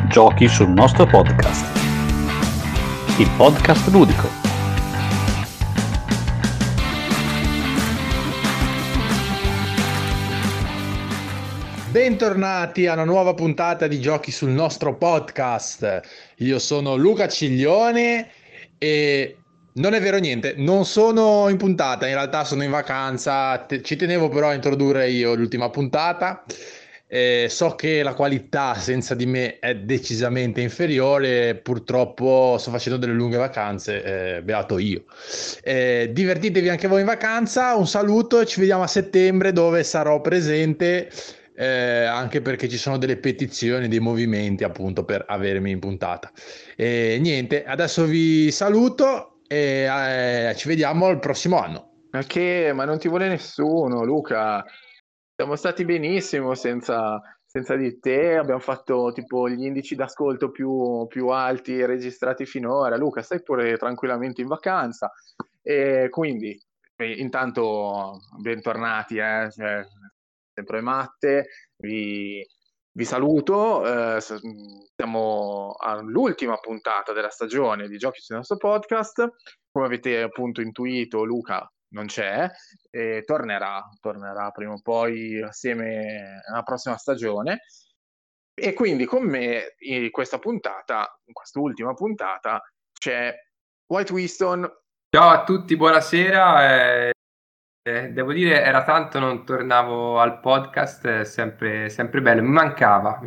Giochi sul nostro podcast, il podcast ludico. Bentornati a una nuova puntata di Giochi sul nostro podcast. Io sono Luca Ciglione e non è vero niente, non sono in puntata, in realtà sono in vacanza. Ci tenevo però a introdurre io l'ultima puntata. So che la qualità senza di me è decisamente inferiore, purtroppo sto facendo delle lunghe vacanze, beato io. Divertitevi anche voi in vacanza, un saluto e ci vediamo a settembre dove sarò presente, anche perché ci sono delle petizioni, dei movimenti appunto per avermi in puntata. Niente, adesso vi saluto e ci vediamo il prossimo anno. Ma non ti vuole nessuno, Luca. Siamo stati benissimo senza di te. Abbiamo fatto tipo gli indici d'ascolto più alti registrati finora. Luca, stai pure tranquillamente in vacanza. E quindi, intanto, bentornati, cioè, sempre Matte. Vi saluto. Siamo all'ultima puntata della stagione di Giochi sul nostro podcast. Come avete appunto intuito, Luca non c'è, e tornerà prima o poi assieme alla prossima stagione. E quindi con me in quest'ultima puntata, c'è White Winston. Ciao a tutti, buonasera. Devo dire, era tanto non tornavo al podcast, è sempre bello, mi mancava.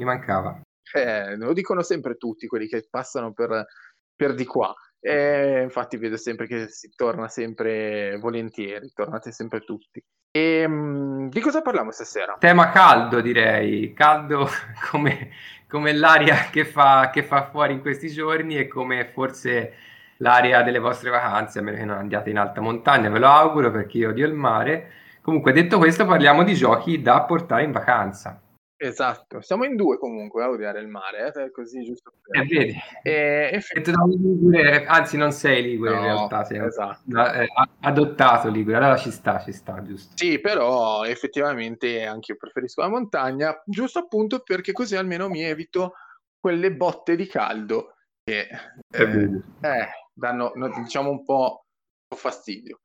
Lo dicono sempre tutti quelli che passano per di qua. Infatti vedo sempre che si torna sempre volentieri, tornate sempre tutti. Di cosa parliamo stasera? Tema caldo, direi, caldo come l'aria che fa fuori in questi giorni e come forse l'aria delle vostre vacanze, a meno che non andiate in alta montagna, ve lo auguro perché io odio il mare. Comunque, detto questo, parliamo di giochi da portare in vacanza. Esatto, siamo in due comunque a odiare il mare, così giusto per... Vedi, Ligure, anzi non sei Ligure, no, in realtà, sei esatto. Adottato Ligure, allora ci sta, giusto. Sì, però effettivamente anche io preferisco la montagna, giusto appunto perché così almeno mi evito quelle botte di caldo che danno, diciamo, un po' fastidio.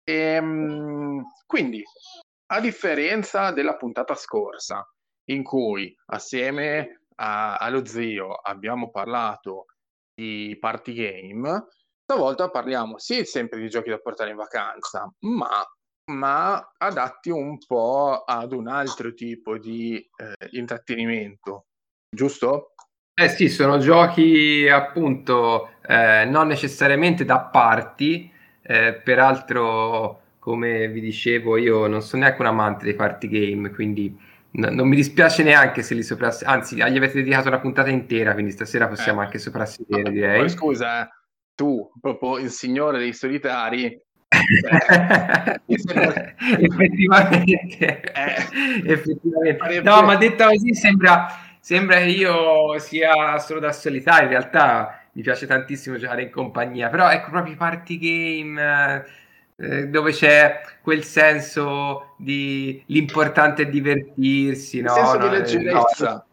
Quindi, a differenza della puntata scorsa, in cui assieme allo zio abbiamo parlato di party game, stavolta parliamo sì sempre di giochi da portare in vacanza, ma adatti un po' ad un altro tipo di intrattenimento, giusto? Sì, sono giochi appunto non necessariamente da party, peraltro come vi dicevo io non sono neanche un amante dei party game, quindi non mi dispiace neanche se li anzi gli avete dedicato una puntata intera, quindi stasera possiamo anche soprassedere, direi. Poi scusa, tu, proprio il signore dei solitari, effettivamente. No, ma detta così sembra che io sia solo da solitario. In realtà mi piace tantissimo giocare in compagnia, però ecco, proprio i party game dove c'è quel senso di l'importante è divertirsi, il senso di leggerezza.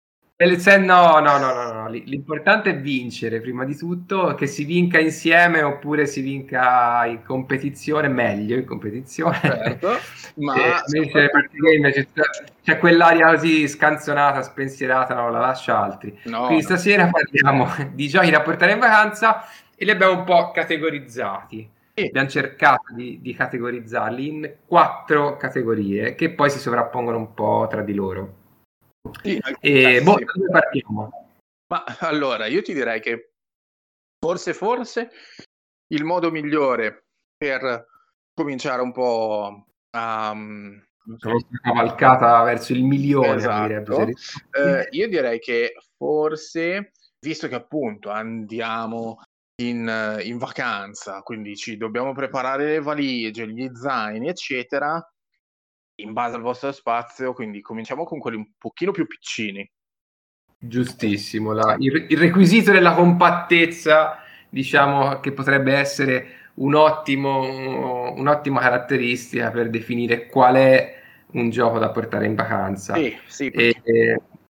No. L'importante è vincere prima di tutto, che si vinca insieme oppure si vinca in competizione, meglio in competizione. Certo, ma c'è quell'aria così scanzonata, spensierata, no, la lascio altri. Quindi stasera parliamo di giochi da portare in vacanza e li abbiamo un po' categorizzati. Abbiamo cercato di categorizzarli in 4 categorie che poi si sovrappongono un po' tra di loro. Dove partiamo? Ma allora io ti direi che forse il modo migliore per cominciare un po' a cavalcata verso il milione, esatto. Io direi che forse, visto che appunto andiamo in vacanza, quindi ci dobbiamo preparare le valigie, gli zaini eccetera, in base al vostro spazio, quindi cominciamo con quelli un pochino più piccini. Giustissimo, il requisito della compattezza, diciamo che potrebbe essere un'ottima caratteristica per definire qual è un gioco da portare in vacanza. Sì,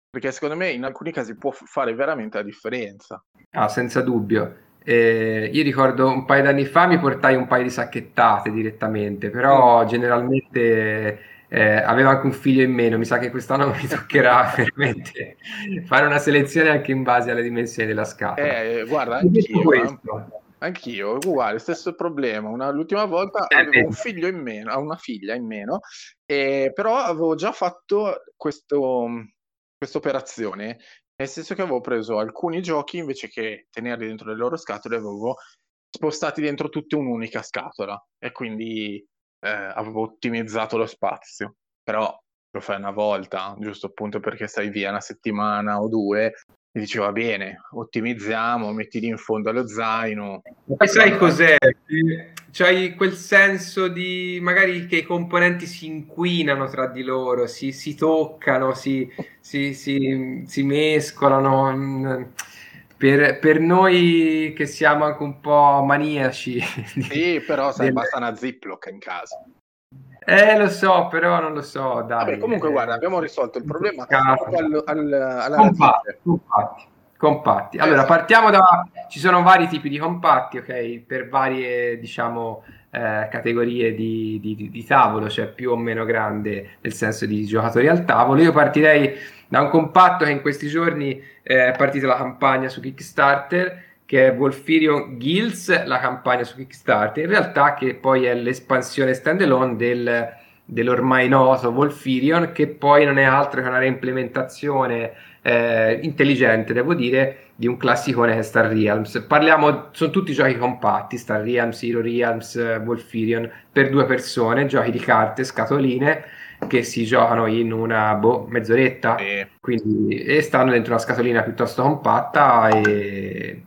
perché secondo me in alcuni casi può fare veramente la differenza. Senza dubbio. Io ricordo un paio d'anni fa mi portai un paio di sacchettate direttamente, però generalmente aveva anche un figlio in meno. Mi sa che quest'anno mi toccherà veramente fare una selezione anche in base alle dimensioni della scatola. Guarda, anch'io, uguale, stesso problema. L'ultima volta avevo un figlio in meno, una figlia in meno, però avevo già fatto questa operazione, nel senso che avevo preso alcuni giochi, invece che tenerli dentro le loro scatole, avevo spostati dentro tutte un'unica scatola, e quindi avevo ottimizzato lo spazio. Però lo fai una volta, giusto appunto perché stai via una settimana o due, e diceva bene, ottimizziamo, mettili in fondo allo zaino. Poi sai cos'è? C'hai quel senso di magari che i componenti si inquinano tra di loro, si toccano, si mescolano. Per noi che siamo anche un po' maniaci. Sì, però sai, basta una Ziploc in casa. Lo so, però non lo so, dai. Vabbè, comunque guarda, abbiamo risolto il problema compatti. Allora, partiamo ci sono vari tipi di compatti, ok? Per varie, diciamo, categorie di tavolo, cioè più o meno grande nel senso di giocatori al tavolo. Io partirei da un compatto che in questi giorni è partita la campagna su Kickstarter, che è Wolfirion Guilds, la campagna su Kickstarter, in realtà che poi è l'espansione standalone dell'ormai noto Wolfirion, che poi non è altro che una reimplementazione intelligente, devo dire, di un classicone che è Star Realms. Sono tutti giochi compatti, Star Realms, Hero Realms, Wolfirion, per 2 persone, giochi di carte, scatoline, che si giocano in una mezz'oretta, quindi, e stanno dentro una scatolina piuttosto compatta, e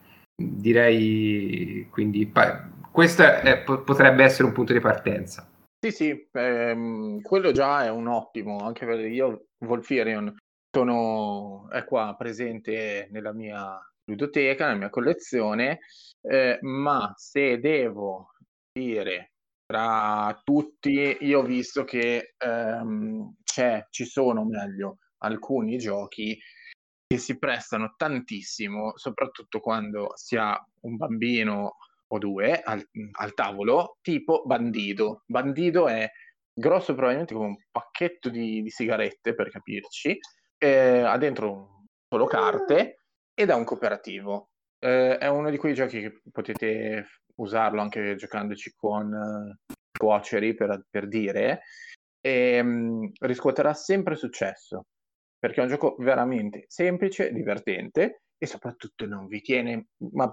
direi quindi questo potrebbe essere un punto di partenza. Sì, quello già è un ottimo, anche perché io Wolfirion è qua presente nella mia ludoteca, nella mia collezione, ma se devo dire tra tutti, io ho visto che ci sono meglio alcuni giochi che si prestano tantissimo, soprattutto quando si ha un bambino o 2 al tavolo, tipo Bandido. Bandido è grosso probabilmente come un pacchetto di sigarette, per capirci, ha dentro solo carte ed è un cooperativo. È uno di quei giochi che potete usarlo anche giocandoci con suoceri, per dire, e riscuoterà sempre successo, perché è un gioco veramente semplice, divertente, e soprattutto non vi tiene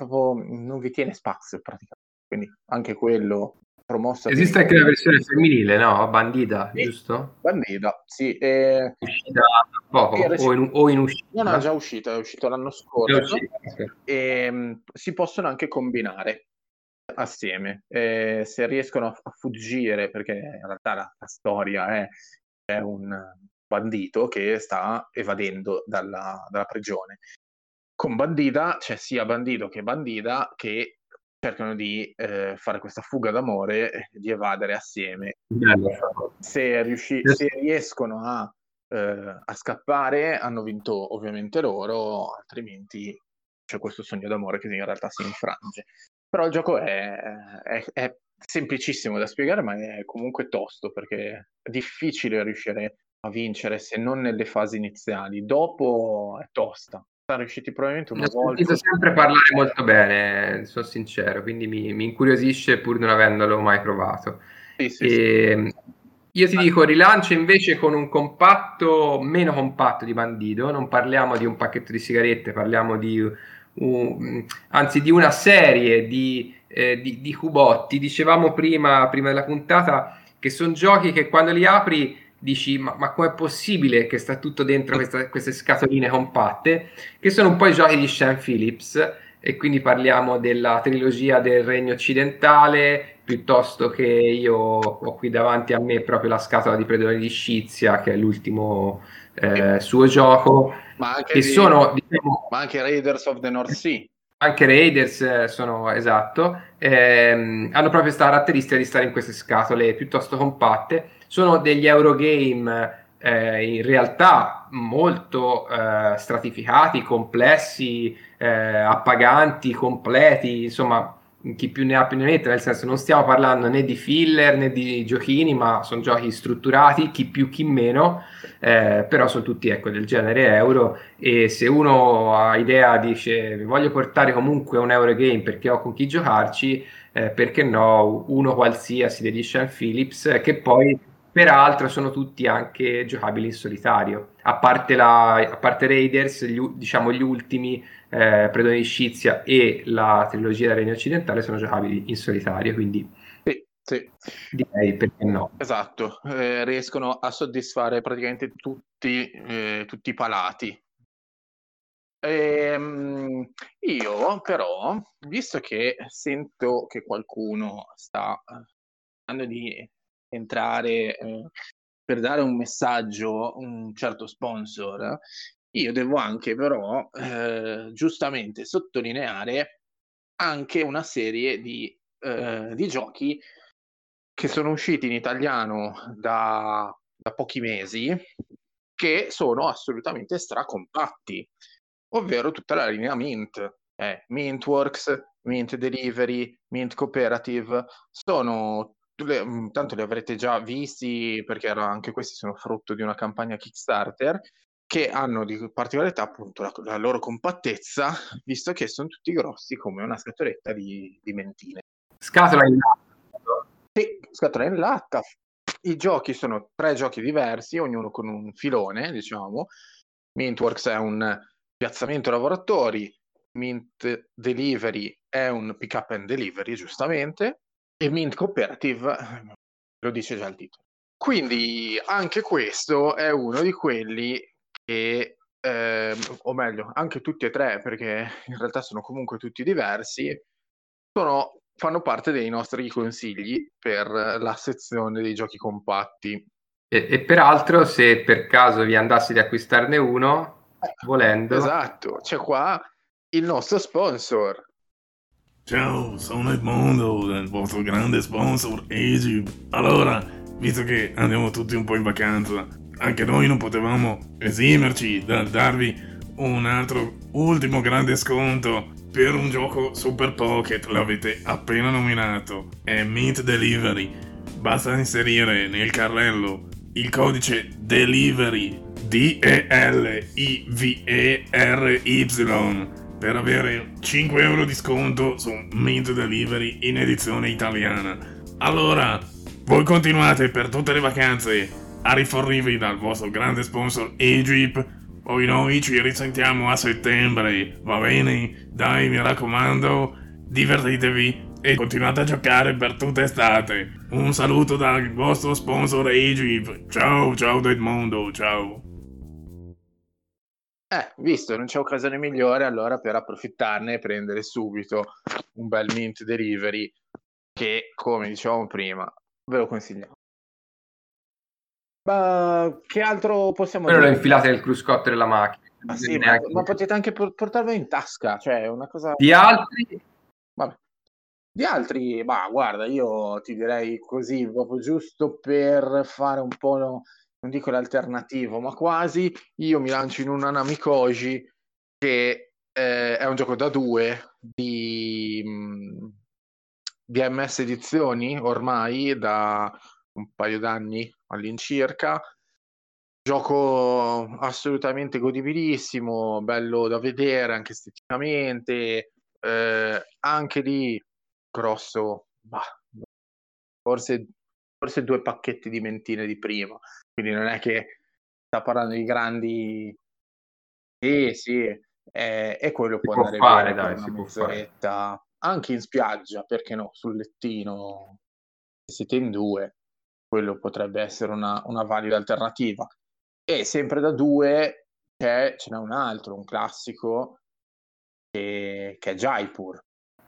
spazio praticamente, quindi anche quello promossa. Esiste anche la versione femminile, no? Bandita, sì, giusto? Bandita, sì. Uscita da poco o in uscita? No, è già uscita, è uscito l'anno scorso. E si possono anche combinare assieme, se riescono a fuggire, perché in realtà la storia è un bandito che sta evadendo dalla prigione. Con Bandita c'è sia bandito che bandita che cercano di fare questa fuga d'amore, di evadere assieme. Se riescono a scappare, hanno vinto ovviamente loro, altrimenti c'è questo sogno d'amore che in realtà si infrange. Però il gioco è semplicissimo da spiegare, ma è comunque tosto, perché è difficile riuscire a vincere se non nelle fasi iniziali. Dopo è tosta. Sono riusciti probabilmente una volta. Ho sentito sempre parlare molto bene, sono sincero, quindi mi incuriosisce pur non avendolo mai provato. Sì. Io ti dico, rilancio invece con un compatto meno compatto di Bandido. Non parliamo di un pacchetto di sigarette, parliamo anzi di una serie di cubotti. Dicevamo prima della puntata che sono giochi che quando li apri dici ma com'è possibile che sta tutto dentro queste scatoline compatte, che sono un po' i giochi di Sean Phillips, e quindi parliamo della trilogia del Regno Occidentale, piuttosto che io ho qui davanti a me proprio la scatola di Predoni di Scizia, che è l'ultimo suo gioco, ma anche che sono, diciamo, ma anche Raiders of the North Sea. Anche Raiders sono, esatto, hanno proprio questa caratteristica di stare in queste scatole piuttosto compatte. Sono degli Eurogame in realtà molto stratificati, complessi, appaganti, completi, insomma, chi più ne ha più ne mette, nel senso non stiamo parlando né di filler né di giochini, ma sono giochi strutturati, chi più chi meno, però sono tutti, ecco, del genere euro, e se uno ha idea, dice vi voglio portare comunque un Eurogame perché ho con chi giocarci, perché no, uno qualsiasi degli Sean Phillips, che poi peraltro sono tutti anche giocabili in solitario, a parte Raiders, diciamo gli ultimi, Predone di Scizia e la trilogia del Regno Occidentale sono giocabili in solitario, quindi sì. direi perché no. Esatto, riescono a soddisfare praticamente tutti i palati. Io però, visto che sento che qualcuno sta cercando di entrare per dare un messaggio, un certo sponsor, io devo anche però giustamente sottolineare anche una serie di giochi che sono usciti in italiano da pochi mesi, che sono assolutamente stracompatti, ovvero tutta la linea Mint, Mintworks, Mint Delivery, Mint Cooperative, sono tanto li avrete già visti perché anche questi sono frutto di una campagna Kickstarter, che hanno di particolarità appunto la loro compattezza, visto che sono tutti grossi come una scatoletta di mentine. Scatola in latta. Sì, scatola in latta. I giochi sono 3 giochi diversi, ognuno con un filone, diciamo. Mintworks è un piazzamento lavoratori, Mint Delivery è un pick up and delivery, giustamente, e Mint Cooperative lo dice già il titolo. Quindi anche questo è uno di quelli che, o meglio, anche tutti e tre, perché in realtà sono comunque tutti diversi, fanno parte dei nostri consigli per la sezione dei giochi compatti. E peraltro, se per caso vi andassi di acquistarne uno, volendo... Esatto, c'è qua il nostro sponsor. Ciao, sono Edmondo, il vostro grande sponsor Egypt. Allora, visto che andiamo tutti un po' in vacanza, anche noi non potevamo esimerci dal darvi un altro ultimo grande sconto per un gioco Super Pocket, l'avete appena nominato, è Mint Delivery. Basta inserire nel carrello il codice DELIVERY, DELIVERY, per avere 5 euro di sconto su Mint Delivery in edizione italiana. Allora, voi continuate per tutte le vacanze a rifornirvi dal vostro grande sponsor Egypt, poi noi ci risentiamo a settembre, va bene? Dai, mi raccomando, divertitevi e continuate a giocare per tutta estate. Un saluto dal vostro sponsor Egypt. Ciao, ciao da Edmondo, ciao. Visto, non c'è occasione migliore allora per approfittarne e prendere subito un bel Mint Delivery che, come dicevamo prima, ve lo consigliamo. Ma che altro possiamo Quello dire? lo infilate nel cruscotto della macchina. Sì, ma potete anche portarlo in tasca, cioè una cosa... Di altri? Vabbè. Di altri, ma guarda, io ti direi così, proprio giusto per fare un po', non dico l'alternativo, ma quasi, io mi lancio in un Namikoji che è un gioco da 2 di MS Edizioni, ormai da un paio d'anni all'incirca. Gioco assolutamente godibilissimo, bello da vedere anche esteticamente, anche lì grosso, forse 2 pacchetti di mentine di prima, quindi non è che sta parlando di grandi... Sì, e quello può andare fare, bene dai, per si una può mezz'oretta, anche in spiaggia, perché no, sul lettino, se siete in 2, quello potrebbe essere una valida alternativa. E sempre da 2 ce n'è un altro, un classico, che è Jaipur.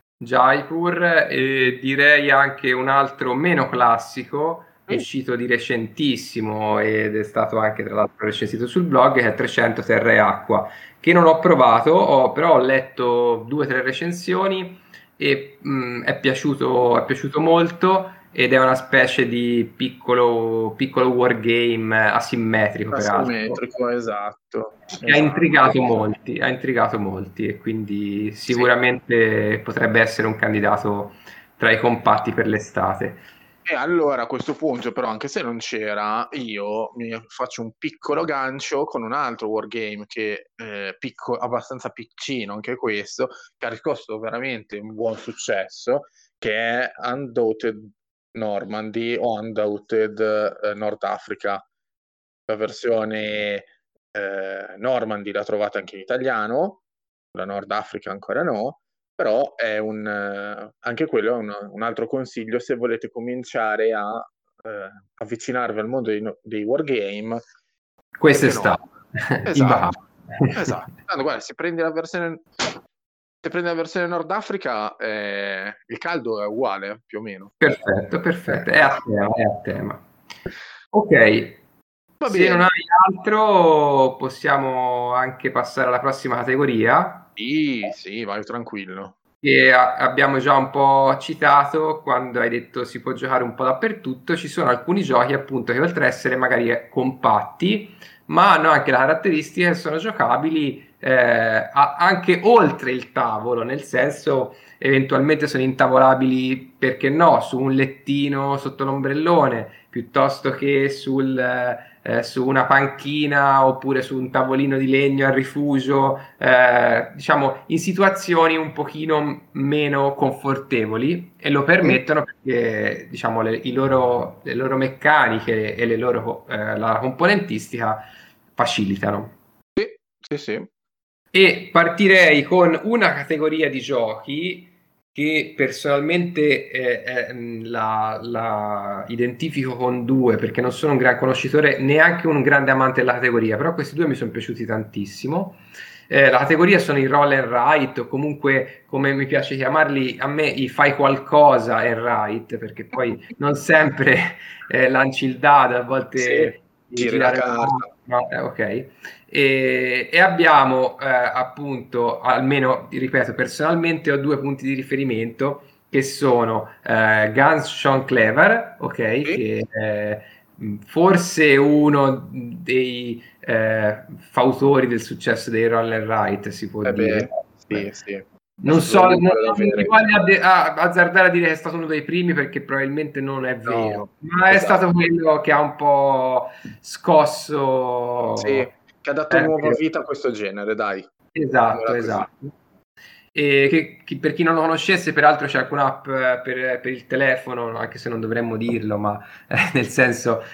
E direi anche un altro meno classico, uscito di recentissimo ed è stato anche tra l'altro recensito sul blog, che è 300 Terra e Acqua, che non ho provato, però ho letto 2 o 3 recensioni e è piaciuto molto, ed è una specie di piccolo wargame asimmetrico, Asimmetrico, esatto. Ha intrigato molti e quindi sicuramente potrebbe essere un candidato tra i compatti per l'estate. E allora a questo punto, però, anche se non c'era, io mi faccio un piccolo gancio con un altro wargame che è abbastanza piccino, anche questo, che ha riscosso veramente un buon successo, che è Undaunted Normandy o Undaunted North Africa. La versione Normandy la trovate anche in italiano, la Nord Africa ancora no, però è anche quello è un altro consiglio se volete cominciare a avvicinarvi al mondo dei wargame. Quest'estate. No? Esatto. Tanto, guarda, se prendi la versione Nord Africa, il caldo è uguale, più o meno. Perfetto, è a tema. Ok, se non hai altro possiamo anche passare alla prossima categoria. Sì, vai tranquillo. Che abbiamo già un po' citato quando hai detto si può giocare un po' dappertutto. Ci sono alcuni giochi appunto che oltre ad essere magari compatti, ma hanno anche la caratteristica che sono giocabili anche oltre il tavolo, nel senso eventualmente sono intavolabili, perché no, su un lettino sotto l'ombrellone, piuttosto che su una panchina oppure su un tavolino di legno al rifugio, diciamo in situazioni un pochino meno confortevoli, e lo permettono perché diciamo le loro meccaniche e la componentistica facilitano. Sì. E partirei con una categoria di giochi che personalmente la identifico con due, perché non sono un gran conoscitore, neanche un grande amante della categoria, però questi due mi sono piaciuti tantissimo. La categoria sono i roll and write, o comunque, come mi piace chiamarli a me, i fai qualcosa and write, perché poi non sempre lanci il dado, a volte giri la carta. Ok. E abbiamo appunto, almeno ripeto, personalmente ho due punti di riferimento che sono Guns Sean Clever, ok, che è forse uno dei fautori del successo dei Roll and Write, si può dire. Sì. Non mi voglio azzardare a dire che è stato uno dei primi, perché probabilmente non è vero, ma è stato quello che ha un po' scosso, che ha dato nuova vita a questo genere, dai. Esatto. E che per chi non lo conoscesse, peraltro c'è anche un'app per il telefono, anche se non dovremmo dirlo, ma nel senso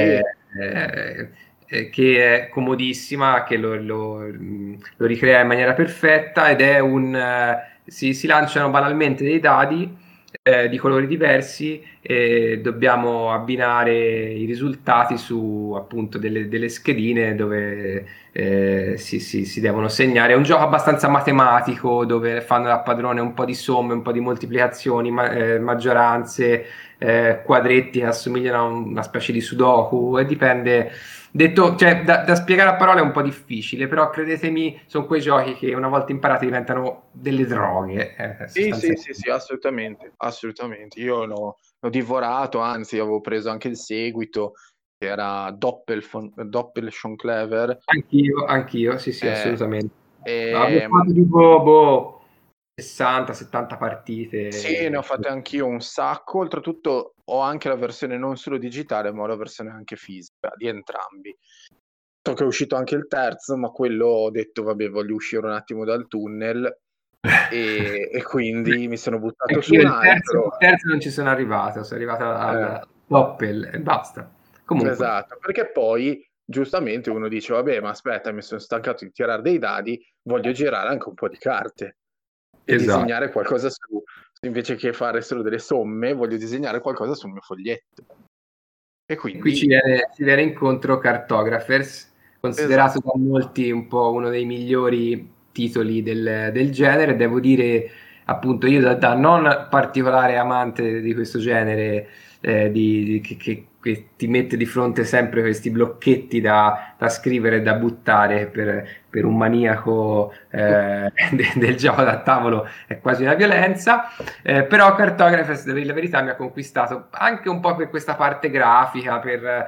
che è comodissima, che lo ricrea in maniera perfetta, ed è si lanciano banalmente dei dadi di colori diversi e dobbiamo abbinare i risultati su appunto delle schedine dove si devono segnare. È un gioco abbastanza matematico, dove fanno da padrone un po' di somme, un po' di moltiplicazioni, maggioranze, quadretti che assomigliano a una specie di sudoku, e dipende. Detto, cioè, da spiegare a parole è un po' difficile, però credetemi, sono quei giochi che una volta imparati diventano delle droghe. Sì, assolutamente. Io l'ho divorato, anzi avevo preso anche il seguito, che era Doppel Sean Clever. Anch'io, sì, assolutamente. Avevo fatto tipo 60-70 partite. Sì, ne ho fatte anch'io un sacco. Oltretutto ho anche la versione non solo digitale, ma la versione anche fisica di entrambi. So che è uscito anche il terzo, ma quello ho detto, vabbè, voglio uscire un attimo dal tunnel e quindi mi sono buttato su un altro. Il terzo non ci sono arrivato, sono arrivato al Doppel e basta. Comunque. Esatto, perché poi giustamente uno dice, vabbè, ma aspetta, mi sono stancato di tirare dei dadi, voglio girare anche un po' di carte e disegnare qualcosa invece che fare solo delle somme, voglio disegnare qualcosa sul mio foglietto. E quindi qui ci viene incontro Cartographers, considerato da molti un po' uno dei migliori titoli del genere. Devo dire, appunto, io da non particolare amante di questo genere, che ti mette di fronte sempre questi blocchetti da scrivere e da buttare per un maniaco del gioco da tavolo è quasi una violenza, però Cartographer, devo dire la verità, mi ha conquistato anche un po' per questa parte grafica, per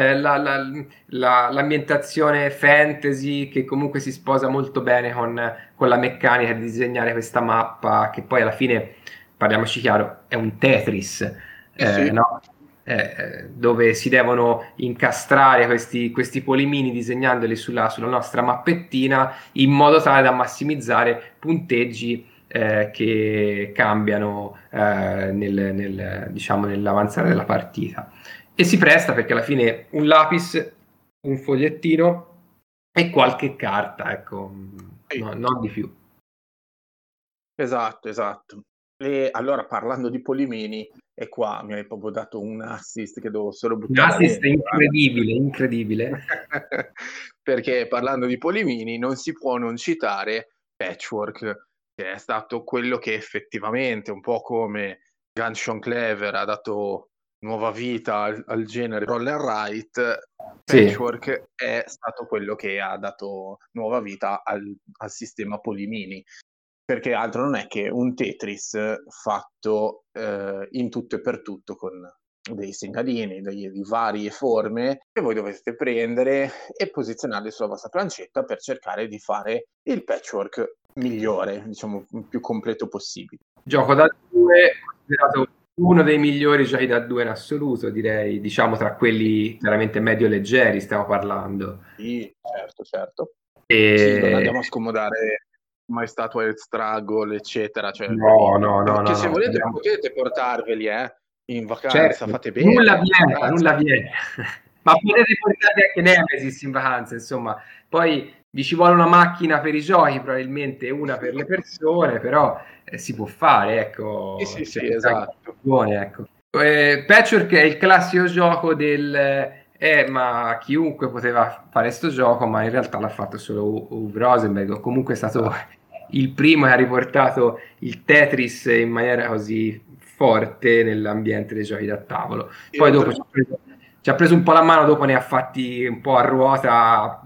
l'ambientazione fantasy che comunque si sposa molto bene con la meccanica di disegnare questa mappa, che poi alla fine, parliamoci chiaro, è un Tetris, sì. no? Dove si devono incastrare questi polimini disegnandoli sulla nostra mappettina in modo tale da massimizzare punteggi che cambiano diciamo, nell'avanzare della partita, e si presta perché alla fine un lapis, un fogliettino e qualche carta, ecco, non di più. Esatto. E allora, parlando di polimini, e qua mi hai proprio dato un assist che devo solo buttare. Un assist incredibile. Perché parlando di polimini non si può non citare Patchwork, che è stato quello che effettivamente, un po' come Gunshot Clever ha dato nuova vita al genere roll and write, Patchwork è stato quello che ha dato nuova vita al sistema polimini, perché altro non è che un Tetris fatto in tutto e per tutto con dei segnalini di varie forme che voi dovete prendere e posizionarli sulla vostra plancetta per cercare di fare il patchwork migliore, diciamo più completo possibile. Gioco da 2, considerato uno dei migliori giochi da 2 in assoluto, direi, diciamo tra quelli veramente medio leggeri stiamo parlando. Sì, certo. Sì, non andiamo a scomodare mai stato il Struggle, eccetera. Cioè, no. Se volete potete portarveli, in vacanza, certo, fate bene. Nulla vieta. Ma potete portare anche Nemesis in vacanza, insomma. Poi vi ci vuole una macchina per i giochi, probabilmente una per le persone, però si può fare, ecco. Sì, esatto. Buone, ecco. Patchwork è il classico gioco ma chiunque poteva fare sto gioco, ma in realtà l'ha fatto solo Uwe Rosenberg, o comunque è stato il primo che ha riportato il Tetris in maniera così forte nell'ambiente dei giochi da tavolo. Poi dopo ci ha preso un po' la mano, dopo ne ha fatti un po' a ruota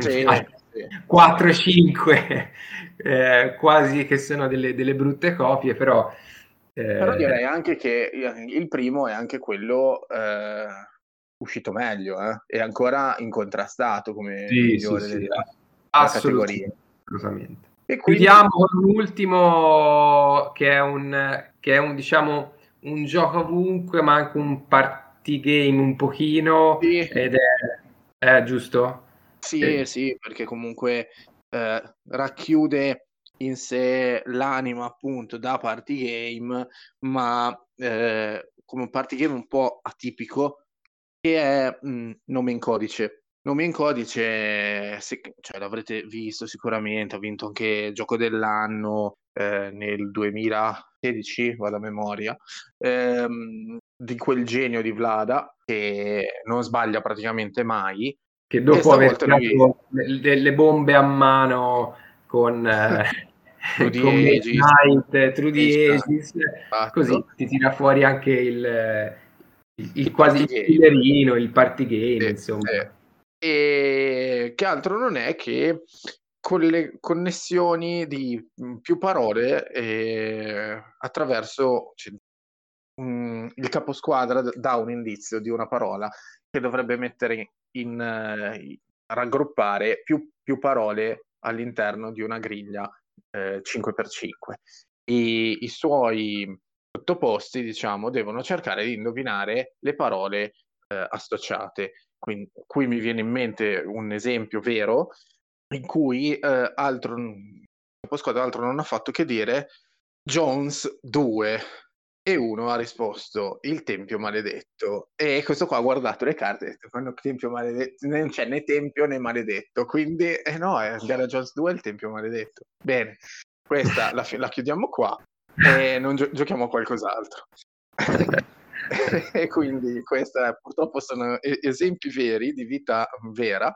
4-5 quasi, che sono delle brutte copie, però direi anche che il primo è anche quello uscito meglio, è ancora incontrastato come migliore della categoria. Assolutamente. E quindi chiudiamo con un ultimo che è un diciamo un gioco ovunque, ma anche un party game un pochino, ed è giusto? Sì, perché comunque racchiude in sé l'anima appunto da party game, ma come un party game un po' atipico, che è Nome in Codice. Nome in Codice, cioè, l'avrete visto sicuramente, ha vinto anche Gioco dell'anno nel 2016, vado a memoria, di quel genio di Vlada, che non sbaglia praticamente mai. Che dopo aver tirato delle bombe a mano con Midnight, True the Aegis, così ti tira fuori anche il quasi killerino, il party game, insomma. E che altro non è che con le connessioni di più parole attraverso il caposquadra dà un indizio di una parola che dovrebbe mettere raggruppare più parole all'interno di una griglia 5x5. I suoi sottoposti, diciamo, devono cercare di indovinare le parole associate. Quindi, qui mi viene in mente un esempio vero in cui altro non ha fatto che dire Jones 2 e uno ha risposto il Tempio Maledetto, e questo qua ha guardato le carte e ha detto quando Tempio Maledetto non c'è né Tempio né Maledetto, quindi no, è Indiana Jones 2 il Tempio Maledetto. Bene, questa la chiudiamo qua e non giochiamo a qualcos'altro. E quindi questa purtroppo sono esempi veri di vita vera,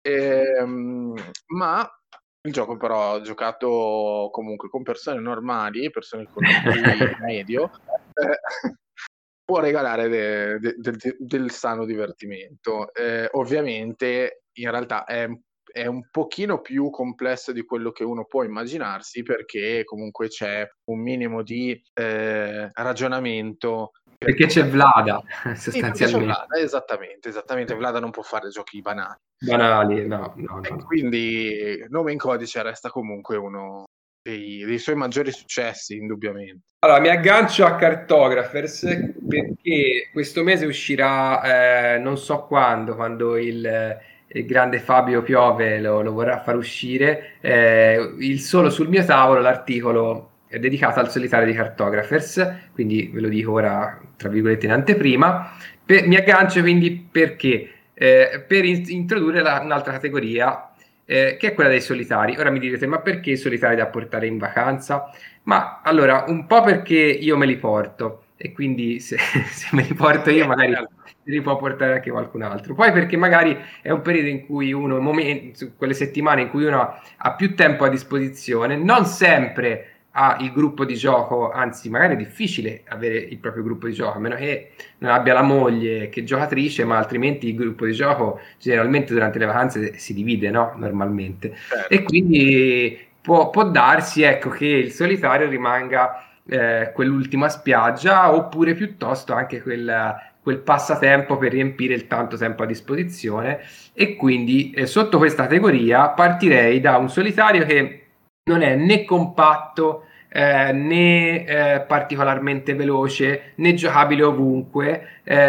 ma il gioco però ho giocato comunque con persone normali, persone con un QI medio, può regalare del sano divertimento. Ovviamente in realtà è un pochino più complesso di quello che uno può immaginarsi, perché comunque c'è un minimo di ragionamento. Perché c'è Vlada, sostanzialmente. C'è Vlada, esattamente. Vlada non può fare giochi banali, no. Quindi nome in codice resta comunque uno dei suoi maggiori successi, indubbiamente. Allora, mi aggancio a Cartographers perché questo mese uscirà, non so quando il grande Fabio Piove lo vorrà far uscire, solo sul mio tavolo l'articolo è dedicato al solitario di Cartographers, quindi ve lo dico ora, tra virgolette, in anteprima. Mi aggancio quindi perché? Per introdurre un'altra categoria, che è quella dei solitari. Ora mi direte, ma perché i solitari da portare in vacanza? Ma allora, un po' perché io me li porto, e quindi se me li porto io magari li può portare anche qualcun altro. Poi perché magari è un periodo in cui quelle settimane in cui uno ha più tempo a disposizione, non sempre ha il gruppo di gioco, anzi magari è difficile avere il proprio gruppo di gioco, a meno che non abbia la moglie che è giocatrice, ma altrimenti il gruppo di gioco generalmente durante le vacanze si divide, no? Normalmente. Certo. E quindi può darsi, ecco, che il solitario rimanga quell'ultima spiaggia, oppure piuttosto anche quel passatempo per riempire il tanto tempo a disposizione. E quindi sotto questa categoria partirei da un solitario che non è né compatto né particolarmente veloce né giocabile ovunque,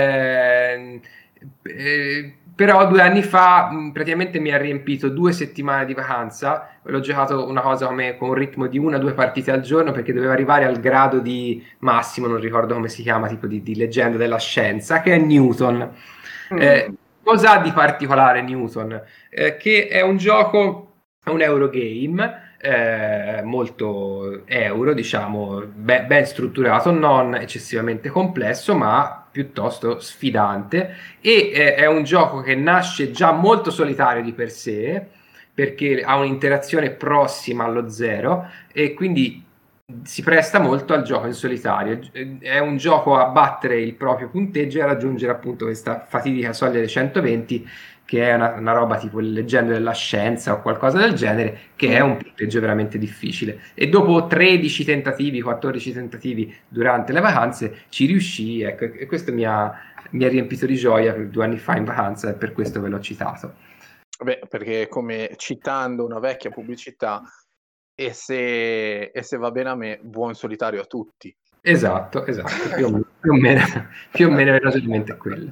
però 2 anni fa praticamente mi ha riempito 2 settimane di vacanza. L'ho giocato una cosa con un ritmo di 1-2 partite al giorno, perché doveva arrivare al grado di massimo, non ricordo come si chiama, tipo di leggenda della scienza, che è Newton. Cosa ha di particolare Newton? Che è un gioco, un Eurogame, molto euro, diciamo, ben strutturato, non eccessivamente complesso, ma piuttosto sfidante, e è un gioco che nasce già molto solitario di per sé, perché ha un'interazione prossima allo zero e quindi si presta molto al gioco in solitario. È un gioco a battere il proprio punteggio e a raggiungere appunto questa fatidica soglia dei 120, che è una roba tipo le leggende della scienza o qualcosa del genere, che è un punteggio veramente difficile. E dopo 13 tentativi, 14 tentativi durante le vacanze ci riuscii, ecco, e questo mi ha riempito di gioia 2 anni fa in vacanza, e per questo ve l'ho citato. Beh, perché come citando una vecchia pubblicità, e se va bene a me, buon solitario a tutti. Esatto, più o meno il ragionamento è quello.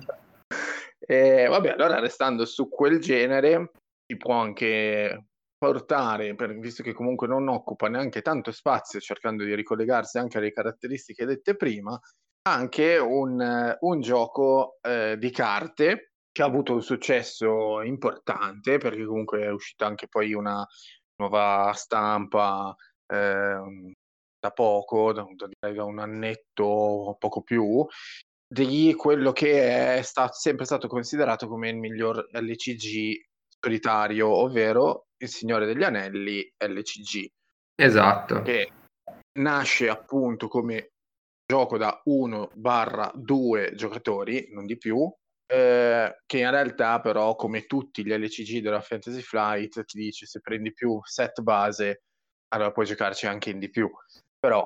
Vabbè, allora restando su quel genere, si può anche portare, visto che comunque non occupa neanche tanto spazio, cercando di ricollegarsi anche alle caratteristiche dette prima, anche un gioco di carte che ha avuto un successo importante, perché comunque è uscita anche poi una nuova stampa da poco, da un annetto, poco più, di quello che è sempre stato considerato come il miglior LCG solitario, ovvero Il Signore degli Anelli LCG. Esatto. Che nasce appunto come gioco da 1/2 giocatori, non di più, che in realtà però, come tutti gli LCG della Fantasy Flight, ti dice se prendi più set base, allora puoi giocarci anche in di più. Però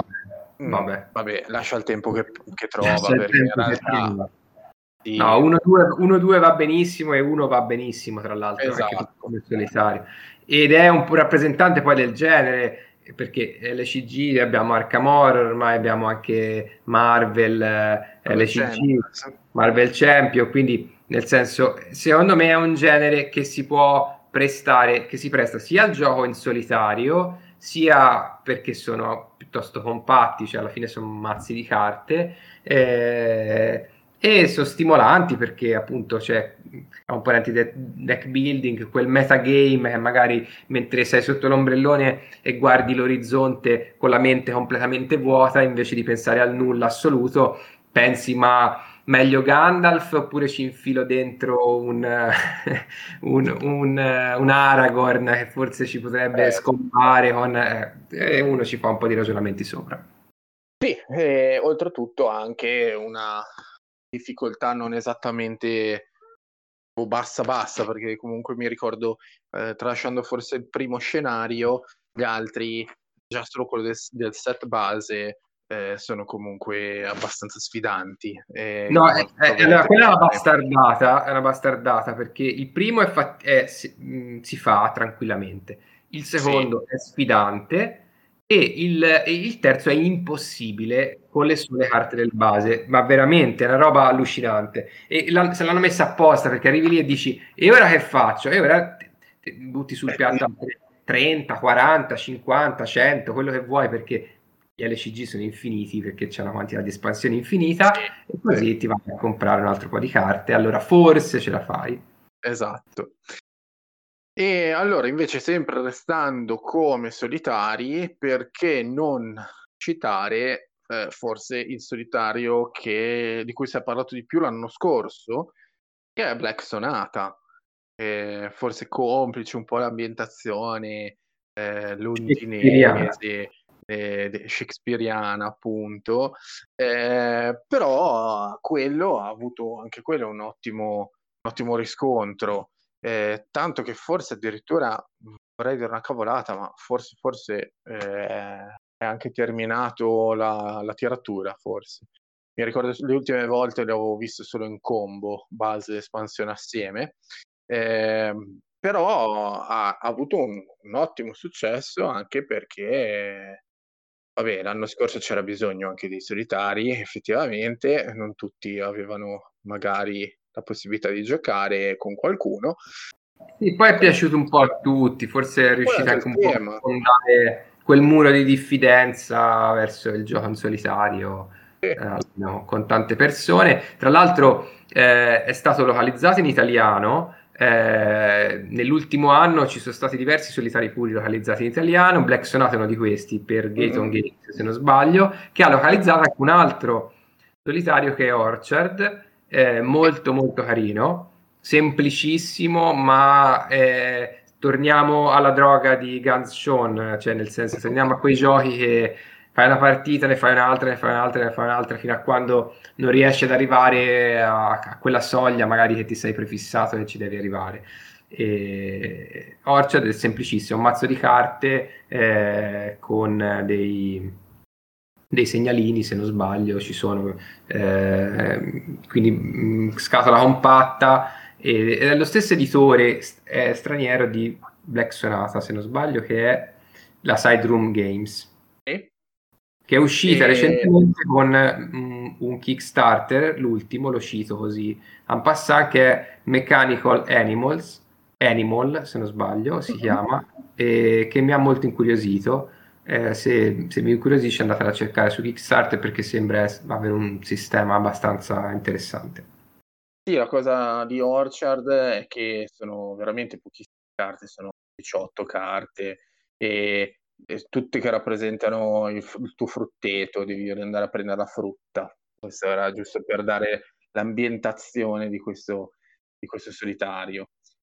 Vabbè, lascia il tempo che trova, perché in realtà no, 1-2 va benissimo e 1 va benissimo, tra l'altro, esatto, anche come solitario, ed è un rappresentante poi del genere, perché LCG abbiamo Arkham Horror, ma abbiamo anche Marvel LCG, Marvel Champion, quindi nel senso, secondo me è un genere che si può prestare, che si presta sia al gioco in solitario, sia perché sono piuttosto compatti, cioè alla fine sono mazzi di carte, e sono stimolanti perché appunto c'è componenti deck building, quel metagame che magari mentre sei sotto l'ombrellone e guardi l'orizzonte con la mente completamente vuota, invece di pensare al nulla assoluto, pensi ma meglio Gandalf oppure ci infilo dentro un Aragorn che forse ci potrebbe scompare con, e uno ci fa un po' di ragionamenti sopra. Sì, e oltretutto anche una difficoltà non esattamente bassa, perché comunque mi ricordo, tralasciando forse il primo scenario, gli altri, già solo quello del set base, sono comunque abbastanza sfidanti. No, allora, quella è una bastardata perché il primo si fa tranquillamente, il secondo è sfidante e il terzo è impossibile con le sole carte del base, ma veramente è una roba allucinante. E se l'hanno messa apposta perché arrivi lì e dici, e ora che faccio? E ora ti butti sul piatto 30, 40, 50, 100, quello che vuoi, perché gli LCG sono infiniti perché c'è una quantità di espansione infinita, e così ti vai a comprare un altro po' di carte, allora forse ce la fai. Esatto. E allora invece, sempre restando come solitari, perché non citare forse il solitario di cui si è parlato di più l'anno scorso, che è Black Sonata. Forse complice un po' l'ambientazione londinese, shakespeariana appunto, però quello ha avuto anche quello un ottimo riscontro, tanto che forse addirittura, vorrei dire una cavolata, ma forse è anche terminato la tiratura, forse. Mi ricordo le ultime volte le avevo viste solo in combo, base e espansione assieme, però ha avuto un ottimo successo, anche perché vabbè, l'anno scorso c'era bisogno anche dei solitari, effettivamente, non tutti avevano magari la possibilità di giocare con qualcuno. Sì, poi è piaciuto un po' a tutti, forse è riuscito anche un po' a fondare quel muro di diffidenza verso il gioco in solitario, con tante persone. Tra l'altro è stato localizzato in italiano. Nell'ultimo anno ci sono stati diversi solitari puri localizzati in italiano. Black Sonata è uno di questi, per Gaton Games se non sbaglio, che ha localizzato anche un altro solitario che è Orchard, molto molto carino, semplicissimo, ma torniamo alla droga di Guns Sean, cioè nel senso torniamo a quei giochi che fai una partita, ne fai un'altra, ne fai un'altra, ne fai un'altra, fino a quando non riesci ad arrivare a quella soglia magari che ti sei prefissato che ci devi arrivare. Orchard è semplicissimo, un mazzo di carte con dei segnalini, se non sbaglio ci sono, quindi scatola compatta, ed è lo stesso editore straniero di Black Sonata, se non sbaglio, che è la Side Room Games, che è uscita recentemente con un Kickstarter, l'ultimo, lo cito così en passant, che è Mechanical Animal, se non sbaglio si chiama, e che mi ha molto incuriosito. Se mi incuriosisce, andatela a cercare su Kickstarter perché sembra avere un sistema abbastanza interessante. Sì, la cosa di Orchard è che sono veramente pochissime carte, sono 18 carte e tutte che rappresentano il tuo frutteto, devi andare a prendere la frutta. Questo era giusto per dare l'ambientazione di questo solitario.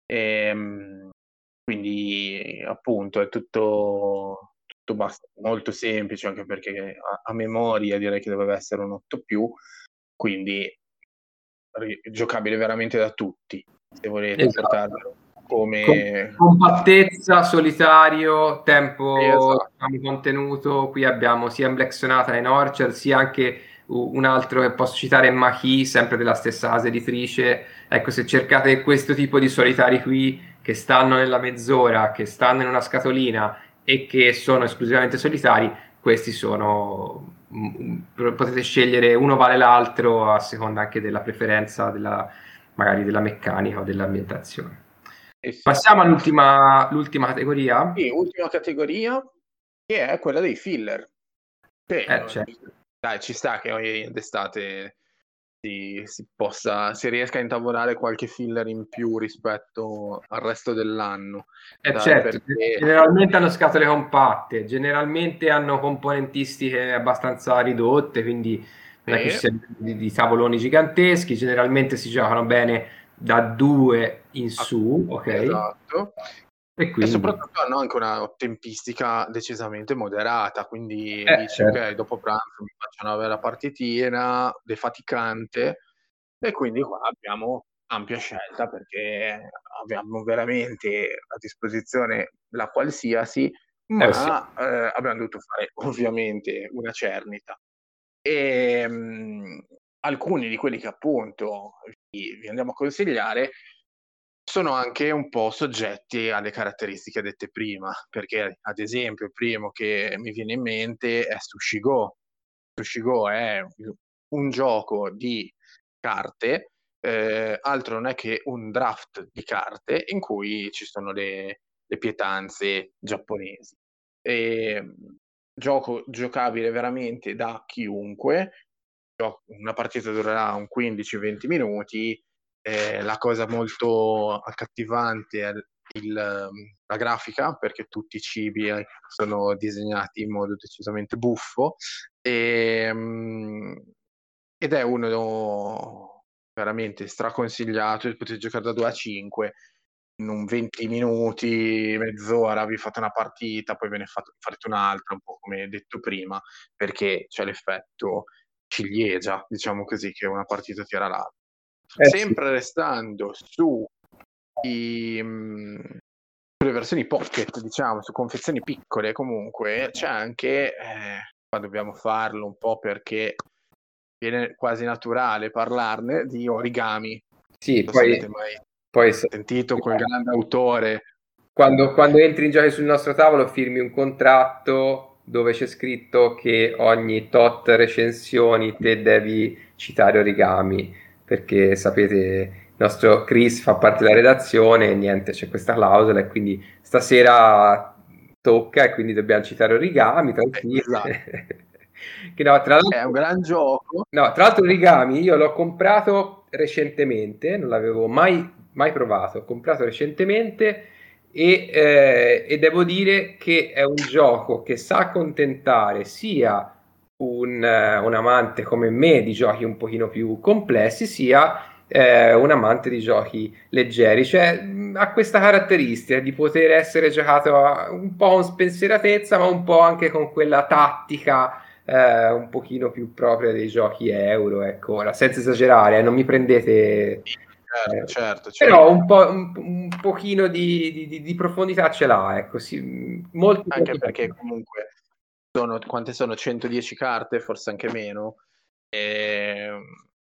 Quindi appunto è tutto molto semplice, anche perché a memoria direi che doveva essere un 8+, quindi giocabile veramente da tutti, se volete portarlo come compattezza, solitario, tempo, contenuto. Qui abbiamo sia in Black Sonata che in Orchard, sia anche un altro che posso citare, Machi, sempre della stessa casa editrice. Ecco, se cercate questo tipo di solitari qui, che stanno nella mezz'ora, che stanno in una scatolina e che sono esclusivamente solitari, questi sono, potete scegliere, uno vale l'altro a seconda anche della preferenza magari della meccanica o dell'ambientazione. Sì. Passiamo all'ultima categoria. Sì, ultima categoria, che è quella dei filler. Certo. Dai, ci sta che d'estate si riesca a intavolare qualche filler in più rispetto al resto dell'anno. Certo, perché generalmente hanno scatole compatte, generalmente hanno componentistiche abbastanza ridotte, quindi non è che ci sia di tavoloni giganteschi, generalmente si giocano bene da 2 in su, ok? Esatto. E soprattutto hanno anche una tempistica decisamente moderata, quindi dici certo. ok, dopo pranzo mi faccio una bella partitina defaticante, e quindi qua abbiamo ampia scelta perché abbiamo veramente a disposizione la qualsiasi, ma Sì. abbiamo dovuto fare ovviamente una cernita. E alcuni di quelli che appunto vi andiamo a consigliare sono anche un po' soggetti alle caratteristiche dette prima, perché ad esempio il primo che mi viene in mente è Sushi Go. Sushi Go è un gioco di carte, altro non è che un draft di carte in cui ci sono le pietanze giapponesi. Gioco giocabile veramente da chiunque, una partita durerà un 15-20 minuti. La cosa molto accattivante è la grafica, perché tutti i cibi sono disegnati in modo decisamente buffo, ed è uno veramente straconsigliato. Potete giocare da 2 a 5, in un 20 minuti, mezz'ora vi fate una partita, poi ve ne farete un'altra, un po' come detto prima, perché c'è l'effetto ciliegia, diciamo così, che una partita tira l'altra. Sempre restando sulle versioni pocket, diciamo, su confezioni piccole, comunque c'è anche, qua dobbiamo farlo un po' perché viene quasi naturale parlarne, di origami. Sì, non so se avete mai sentito quel grande autore. Quando entri in giochi sul nostro tavolo firmi un contratto dove c'è scritto che ogni tot recensioni te devi citare origami, perché sapete il nostro Chris fa parte della redazione e niente, c'è questa clausola e quindi stasera tocca e quindi dobbiamo citare origami, tranquilli. Esatto. Che no, tra l'altro, è un gran gioco. No, tra l'altro origami io l'ho comprato recentemente, non l'avevo mai provato, ho comprato recentemente e devo dire che è un gioco che sa accontentare sia un amante come me di giochi un pochino più complessi, sia un amante di giochi leggeri, cioè ha questa caratteristica di poter essere giocato un po' con spensieratezza, ma un po' anche con quella tattica un pochino più propria dei giochi euro, ecco, ora, senza esagerare, non mi prendete... Certo. Però un pochino di profondità ce l'ha, ecco, sì, molto, anche molto perché pochino. comunque quante sono 110 carte, forse anche meno, e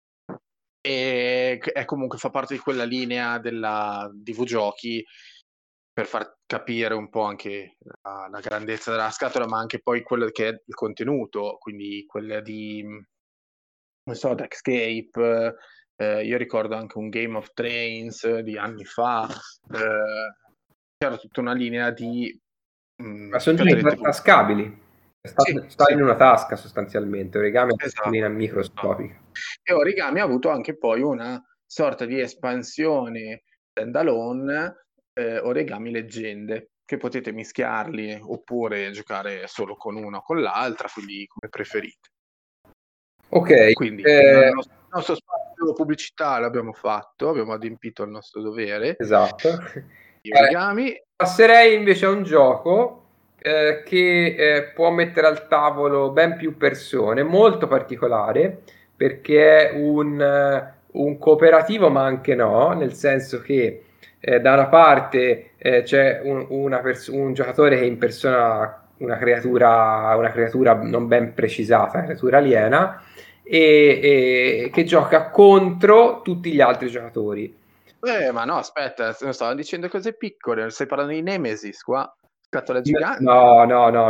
è comunque fa parte di quella linea della DV Giochi, per far capire un po' anche la grandezza della scatola, ma anche poi quello che è il contenuto, quindi quella di, non so, Darkscape. Io ricordo anche un Game of Trains di anni fa, c'era tutta una linea di Ma sono giochi tascabili, sta in una tasca sostanzialmente, origami è una linea microscopica. E origami ha avuto anche poi una sorta di espansione standalone, origami leggende, che potete mischiarli oppure giocare solo con una o con l'altra, quindi come preferite. Ok, quindi il nostro spazio pubblicità l'abbiamo fatto, abbiamo adempiito al nostro dovere. Esatto. Origami. Passerei invece a un gioco che può mettere al tavolo ben più persone, molto particolare, perché è un cooperativo, ma anche no, nel senso che da una parte c'è un giocatore che impersona una creatura non ben precisata, una creatura aliena, e che gioca contro tutti gli altri giocatori. Ma no, aspetta, non stavo dicendo cose piccole, stai parlando di Nemesis qua, scatola gigante. No,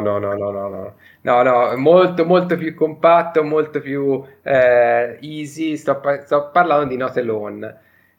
molto molto più compatto, molto più easy, sto parlando di Not Alone.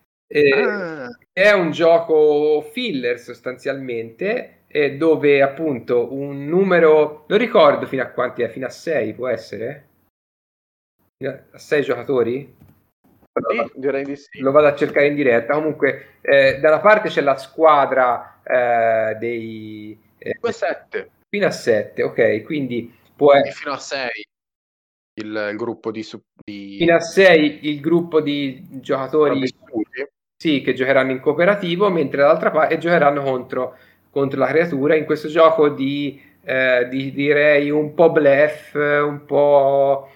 È un gioco filler sostanzialmente, dove appunto un numero, non ricordo fino a quanti è, fino a 6 può essere? Fino a 6 giocatori? Sì, direi di sì. Lo vado a cercare in diretta. Comunque, da una parte c'è la squadra dei 7. Fino a 7, ok, quindi può essere fino a 6 il gruppo di fino a 6 il gruppo di giocatori sì, che giocheranno in cooperativo, mentre dall'altra parte giocheranno contro la creatura. In questo gioco direi un po' bluff, un po'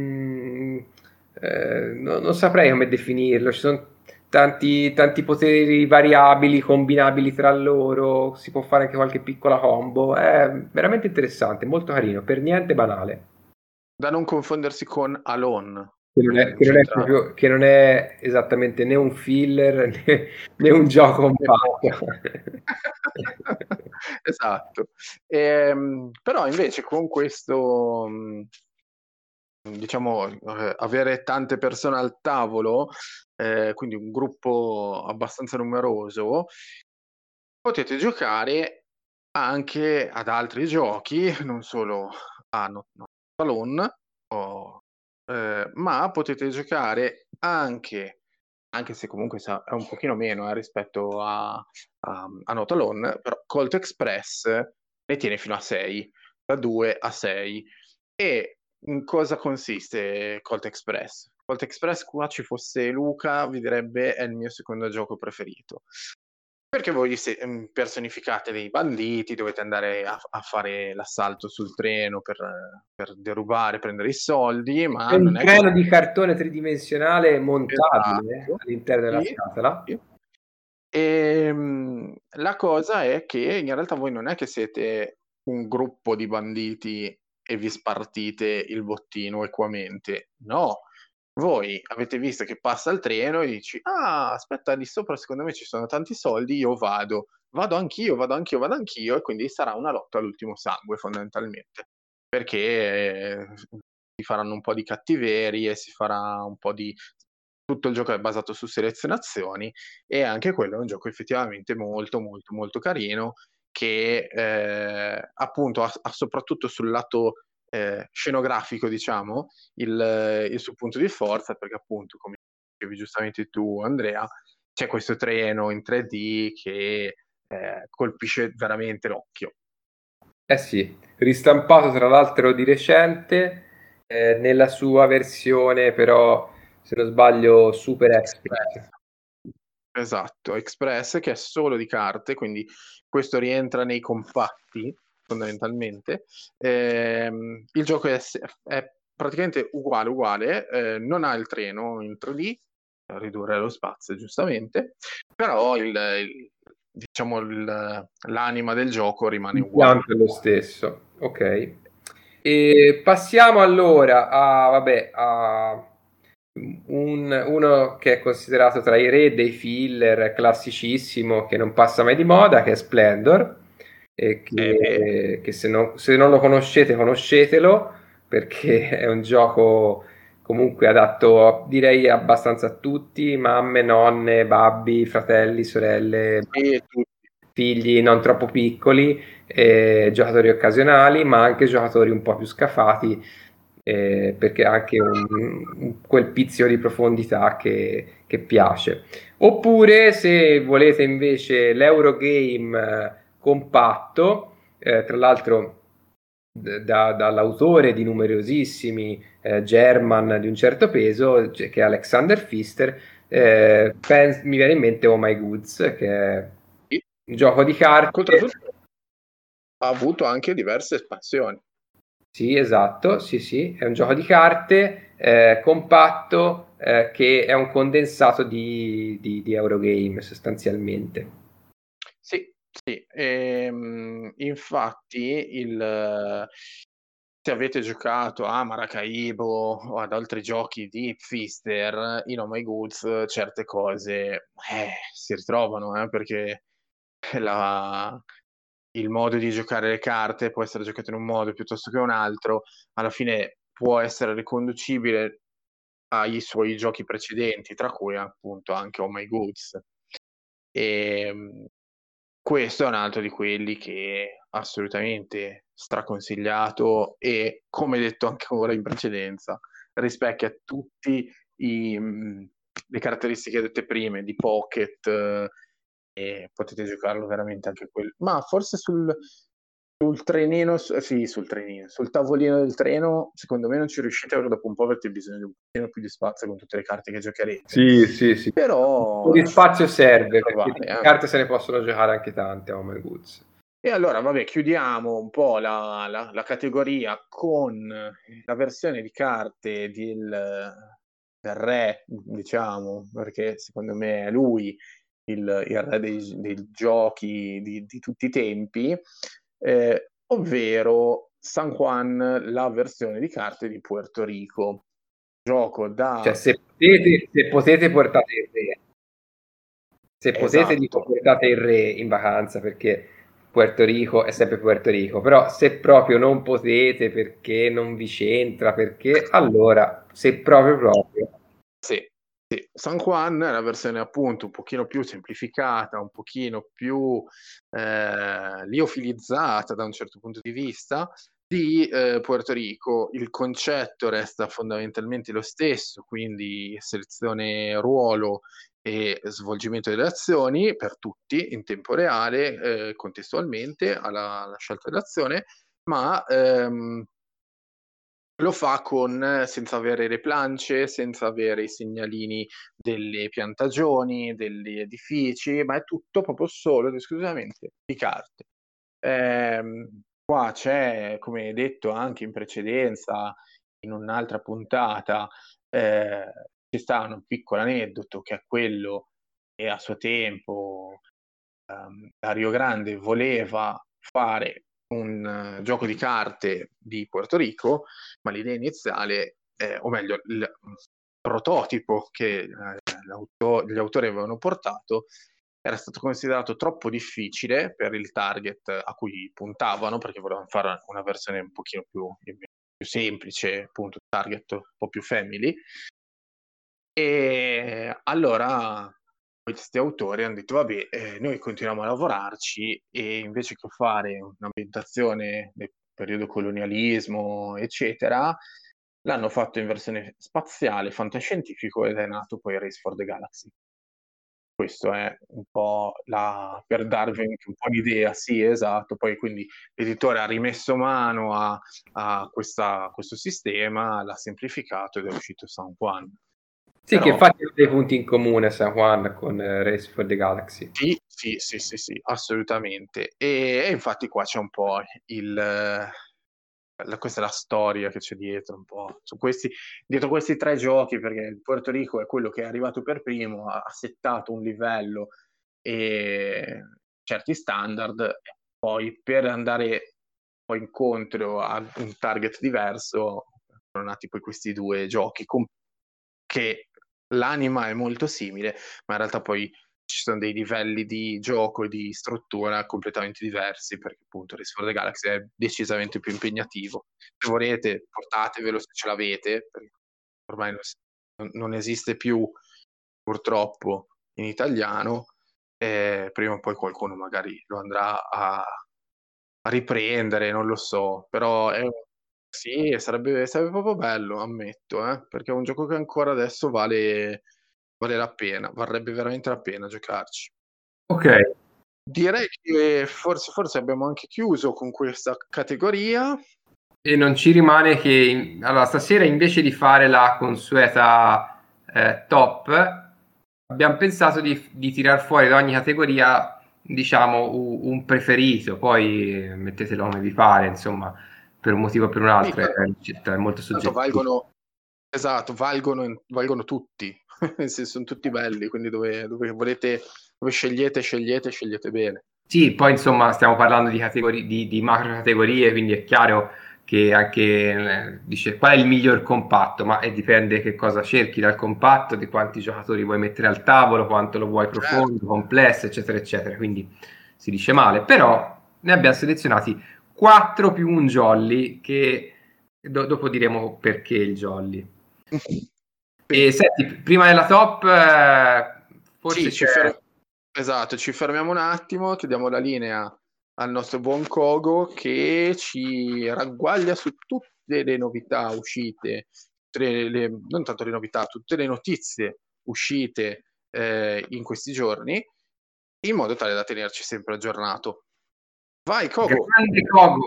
non saprei come definirlo. Ci sono tanti poteri variabili, combinabili tra loro, si può fare anche qualche piccola combo. È veramente interessante, molto carino, per niente banale. Da non confondersi con Alone. Che non è esattamente né un filler né un gioco compatto. Esatto. Però invece con questo, diciamo, avere tante persone al tavolo, quindi un gruppo abbastanza numeroso, potete giocare anche ad altri giochi, non solo a Alone, ma potete giocare anche se comunque è un pochino meno rispetto a Not Alone, però Colt Express ne tiene fino a 6, da 2 a 6. E in cosa consiste Colt Express? Colt Express, qua ci fosse Luca, vi direbbe è il mio secondo gioco preferito. Perché voi personificate dei banditi, dovete andare a fare l'assalto sul treno per derubare, prendere i soldi, ma è un treno di cartone tridimensionale montabile, esatto, all'interno della scatola. Sì. E la cosa è che in realtà voi non è che siete un gruppo di banditi e vi spartite il bottino equamente, no. Voi avete visto che passa il treno e dici aspetta, lì sopra secondo me ci sono tanti soldi, io vado anch'io, e quindi sarà una lotta all'ultimo sangue fondamentalmente, perché si faranno un po' di cattiverie, si farà un po' di... Tutto il gioco è basato su selezionazioni e anche quello è un gioco effettivamente molto molto molto carino che appunto ha soprattutto sul lato scenografico, diciamo, il suo punto di forza, perché appunto, come dicevi giustamente tu, Andrea, c'è questo treno in 3D che colpisce veramente l'occhio. Sì, ristampato tra l'altro di recente, nella sua versione però, se non sbaglio, Super Express. Esatto, Express, che è solo di carte, quindi questo rientra nei compatti fondamentalmente. Il gioco è praticamente uguale, non ha il treno in 3D, per ridurre lo spazio giustamente, però diciamo l'anima del gioco rimane uguale. È lo stesso, ok. E passiamo allora a uno che è considerato tra i re dei filler, classicissimo, che non passa mai di moda, che è Splendor, e che se non lo conoscete, conoscetelo, perché è un gioco comunque adatto, direi, abbastanza a tutti, mamme, nonne, babbi, fratelli, sorelle, figli non troppo piccoli, giocatori occasionali, ma anche giocatori un po' più scafati, perché ha anche quel pizzico di profondità che piace. Oppure, se volete invece l'Eurogame compatto, tra l'altro dall'autore di numerosissimi German di un certo peso, che è Alexander Pfister, mi viene in mente Oh My Goods, che è un gioco di carte. Oltretutto ha avuto anche diverse espansioni. Sì, esatto, sì, è un gioco di carte compatto, che è un condensato di Eurogame sostanzialmente. Sì, infatti se avete giocato a Maracaibo o ad altri giochi di Pfister, in Oh My Goods certe cose si ritrovano, perché il modo di giocare le carte può essere giocato in un modo piuttosto che un altro, alla fine può essere riconducibile ai suoi giochi precedenti, tra cui appunto anche Oh My Goods. E questo è un altro di quelli che assolutamente straconsigliato e, come detto anche ora in precedenza, rispecchia tutti le caratteristiche dette prime di Pocket, e potete giocarlo veramente anche quello. Ma forse sul trenino, sul tavolino del treno, secondo me non ci riuscite, perché dopo un po' avete bisogno di un pochino più di spazio con tutte le carte che giocherete. Sì. Però un po' di spazio serve, perché le carte se ne possono giocare anche tante, Oh My Goods. E allora, vabbè, chiudiamo un po' la categoria con la versione di carte del re, diciamo, perché secondo me è lui il re dei giochi di tutti i tempi, ovvero San Juan, la versione di carte di Puerto Rico. Gioco da... Cioè, se potete portate il re. Se potete, dico, portate il re in vacanza, perché Puerto Rico è sempre Puerto Rico. Però se proprio non potete, perché non vi c'entra, perché allora, se proprio... Sì. San Juan è la versione appunto un pochino più semplificata, un pochino più liofilizzata da un certo punto di vista di Puerto Rico. Il concetto resta fondamentalmente lo stesso, quindi selezione ruolo e svolgimento delle azioni per tutti in tempo reale, contestualmente alla scelta dell'azione, ma lo fa senza avere le plance, senza avere i segnalini delle piantagioni, degli edifici, ma è tutto proprio solo ed esclusivamente di carte. Qua c'è, come detto anche in precedenza, in un'altra puntata, ci sta un piccolo aneddoto che è quello che a suo tempo a Rio Grande voleva fare un gioco di carte di Puerto Rico, ma l'idea iniziale, o meglio, il prototipo che gli autori avevano portato era stato considerato troppo difficile per il target a cui puntavano, perché volevano fare una versione un pochino più semplice, appunto, target un po' più family. E allora questi autori hanno detto vabbè, noi continuiamo a lavorarci, e invece che fare un'ambientazione del periodo colonialismo eccetera, l'hanno fatto in versione spaziale, fantascientifico, ed è nato poi Race for the Galaxy. Questo è un po' per darvi anche un po' un'idea. Sì, esatto. Poi quindi l'editore ha rimesso mano a questo sistema, l'ha semplificato ed è uscito San Juan. Sì, però... che infatti ha dei punti in comune San Juan con Race for the Galaxy. Sì, assolutamente. E infatti qua c'è un po' questa è la storia che c'è dietro un po'. Dietro questi tre giochi, perché il Puerto Rico è quello che è arrivato per primo, ha settato un livello e certi standard, poi per andare poi incontro a un target diverso sono nati poi questi due giochi che l'anima è molto simile, ma in realtà poi ci sono dei livelli di gioco e di struttura completamente diversi, perché appunto Race for the Galaxy è decisamente più impegnativo. Se volete, portatevelo se ce l'avete, perché ormai non esiste più purtroppo in italiano, prima o poi qualcuno magari lo andrà a riprendere, non lo so, però sì, sarebbe proprio bello, ammetto, perché è un gioco che ancora adesso vale la pena, varrebbe veramente la pena giocarci. Ok. Direi che forse abbiamo anche chiuso con questa categoria. E non ci rimane che allora stasera, invece di fare la consueta top, abbiamo pensato di tirar fuori da ogni categoria, diciamo, un preferito. Poi mettetelo come vi pare, insomma, per un motivo o per un altro, è molto soggettivo. Valgono tutti. Sono tutti belli, quindi dove volete, dove scegliete bene. Sì, poi insomma stiamo parlando di categorie, di macro categorie, quindi è chiaro che anche dice qual è il miglior compatto, ma dipende che cosa cerchi dal compatto, di quanti giocatori vuoi mettere al tavolo, quanto lo vuoi profondo, complesso, eccetera, eccetera. Quindi si dice male, però ne abbiamo selezionati 4 più un jolly, che dopo diremo perché il jolly. E senti, prima della top, forse sì, esatto, ci fermiamo un attimo, chiudiamo la linea al nostro buon Kogo, che ci ragguaglia su tutte le novità uscite, non tanto le novità, tutte le notizie uscite in questi giorni, in modo tale da tenerci sempre aggiornato. Vai, Kogo! Grande Kogo!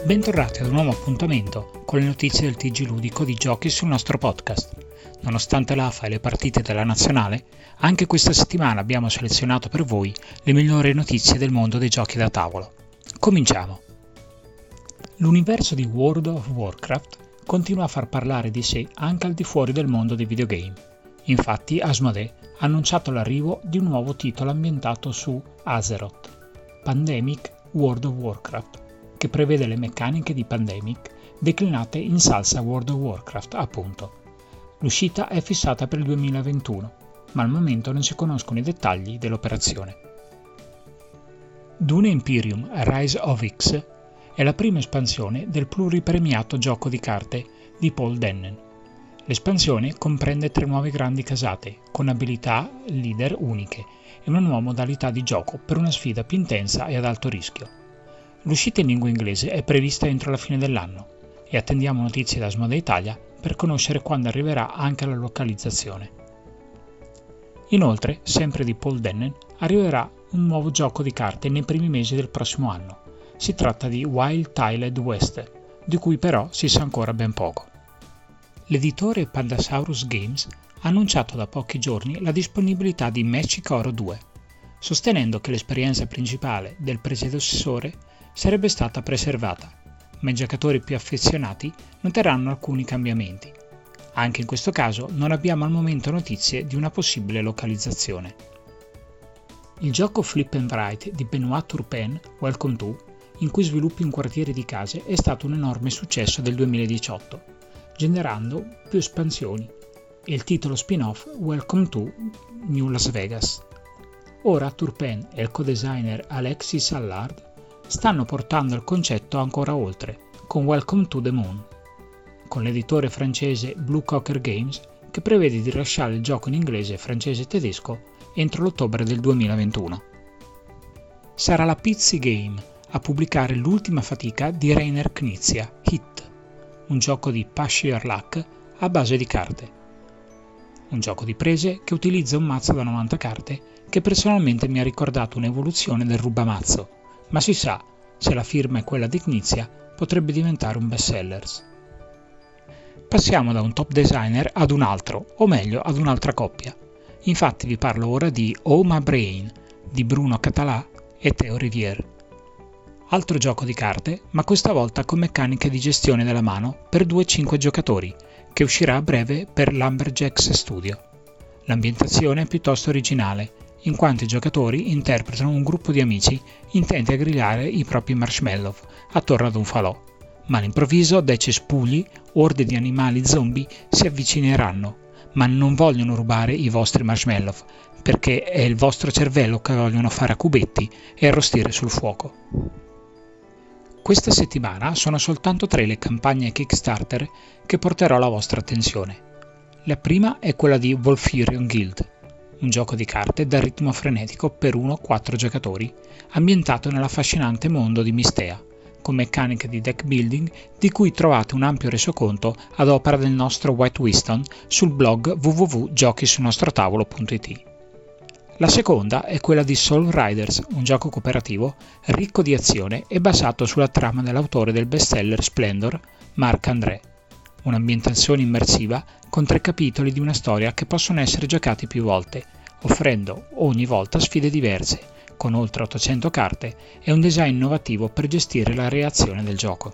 Bentornati ad un nuovo appuntamento con le notizie del TG ludico di giochi sul nostro podcast. Nonostante l'AFA e le partite della nazionale, anche questa settimana abbiamo selezionato per voi le migliori notizie del mondo dei giochi da tavolo. Cominciamo! L'universo di World of Warcraft continua a far parlare di sé anche al di fuori del mondo dei videogame. Infatti Asmodee ha annunciato l'arrivo di un nuovo titolo ambientato su Azeroth, Pandemic World of Warcraft, che prevede le meccaniche di Pandemic declinate in salsa World of Warcraft, appunto. L'uscita è fissata per il 2021, ma al momento non si conoscono i dettagli dell'operazione. Dune Imperium Rise of X è la prima espansione del pluripremiato gioco di carte di Paul Dennen. L'espansione comprende 3 nuove grandi casate, con abilità leader uniche e una nuova modalità di gioco per una sfida più intensa e ad alto rischio. L'uscita in lingua inglese è prevista entro la fine dell'anno e attendiamo notizie da Asmodee Italia per conoscere quando arriverà anche la localizzazione. Inoltre, sempre di Paul Dennen, arriverà un nuovo gioco di carte nei primi mesi del prossimo anno. Si tratta di Wild Tiled West, di cui però si sa ancora ben poco. L'editore Pandasaurus Games ha annunciato da pochi giorni la disponibilità di Magic Oro 2, sostenendo che l'esperienza principale del predecessore sarebbe stata preservata, ma i giocatori più affezionati noteranno alcuni cambiamenti. Anche in questo caso non abbiamo al momento notizie di una possibile localizzazione. Il gioco Flip and Write di Benoit Turpin, Welcome To, in cui sviluppi un quartiere di case, è stato un enorme successo del 2018, generando più espansioni, e il titolo spin-off Welcome To New Las Vegas. Ora Turpin e il co-designer Alexis Allard stanno portando il concetto ancora oltre, con Welcome to the Moon, con l'editore francese Blue Cocker Games, che prevede di rilasciare il gioco in inglese, francese e tedesco entro l'ottobre del 2021. Sarà la Pizzi Game a pubblicare l'ultima fatica di Rainer Knizia, Hit, un gioco di Push Your Luck a base di carte. Un gioco di prese che utilizza un mazzo da 90 carte che personalmente mi ha ricordato un'evoluzione del rubamazzo, ma si sa, se la firma è quella di Knizia, potrebbe diventare un bestseller. Passiamo da un top designer ad un altro, o meglio ad un'altra coppia. Infatti vi parlo ora di Oh My Brain, di Bruno Català e Theo Rivière. Altro gioco di carte, ma questa volta con meccaniche di gestione della mano per 2-5 giocatori, che uscirà a breve per Lumberjacks Studio. L'ambientazione è piuttosto originale, in quanto i giocatori interpretano un gruppo di amici intenti a grigliare i propri marshmallow attorno ad un falò, ma all'improvviso dai cespugli orde di animali zombie si avvicineranno, ma non vogliono rubare i vostri marshmallow, perché è il vostro cervello che vogliono fare a cubetti e arrostire sul fuoco. Questa settimana sono soltanto 3 le campagne Kickstarter che porterò alla vostra attenzione. La prima è quella di Wolfirion Guild, un gioco di carte dal ritmo frenetico per 1-4 giocatori, ambientato nell'affascinante mondo di Mistea, con meccaniche di deck building di cui trovate un ampio resoconto ad opera del nostro White Winston sul blog www.giochisunostrotavolo.it. La seconda è quella di Soul Riders, un gioco cooperativo ricco di azione e basato sulla trama dell'autore del bestseller Splendor, Marc André. Un'ambientazione immersiva con 3 capitoli di una storia che possono essere giocati più volte, offrendo ogni volta sfide diverse, con oltre 800 carte e un design innovativo per gestire la reazione del gioco.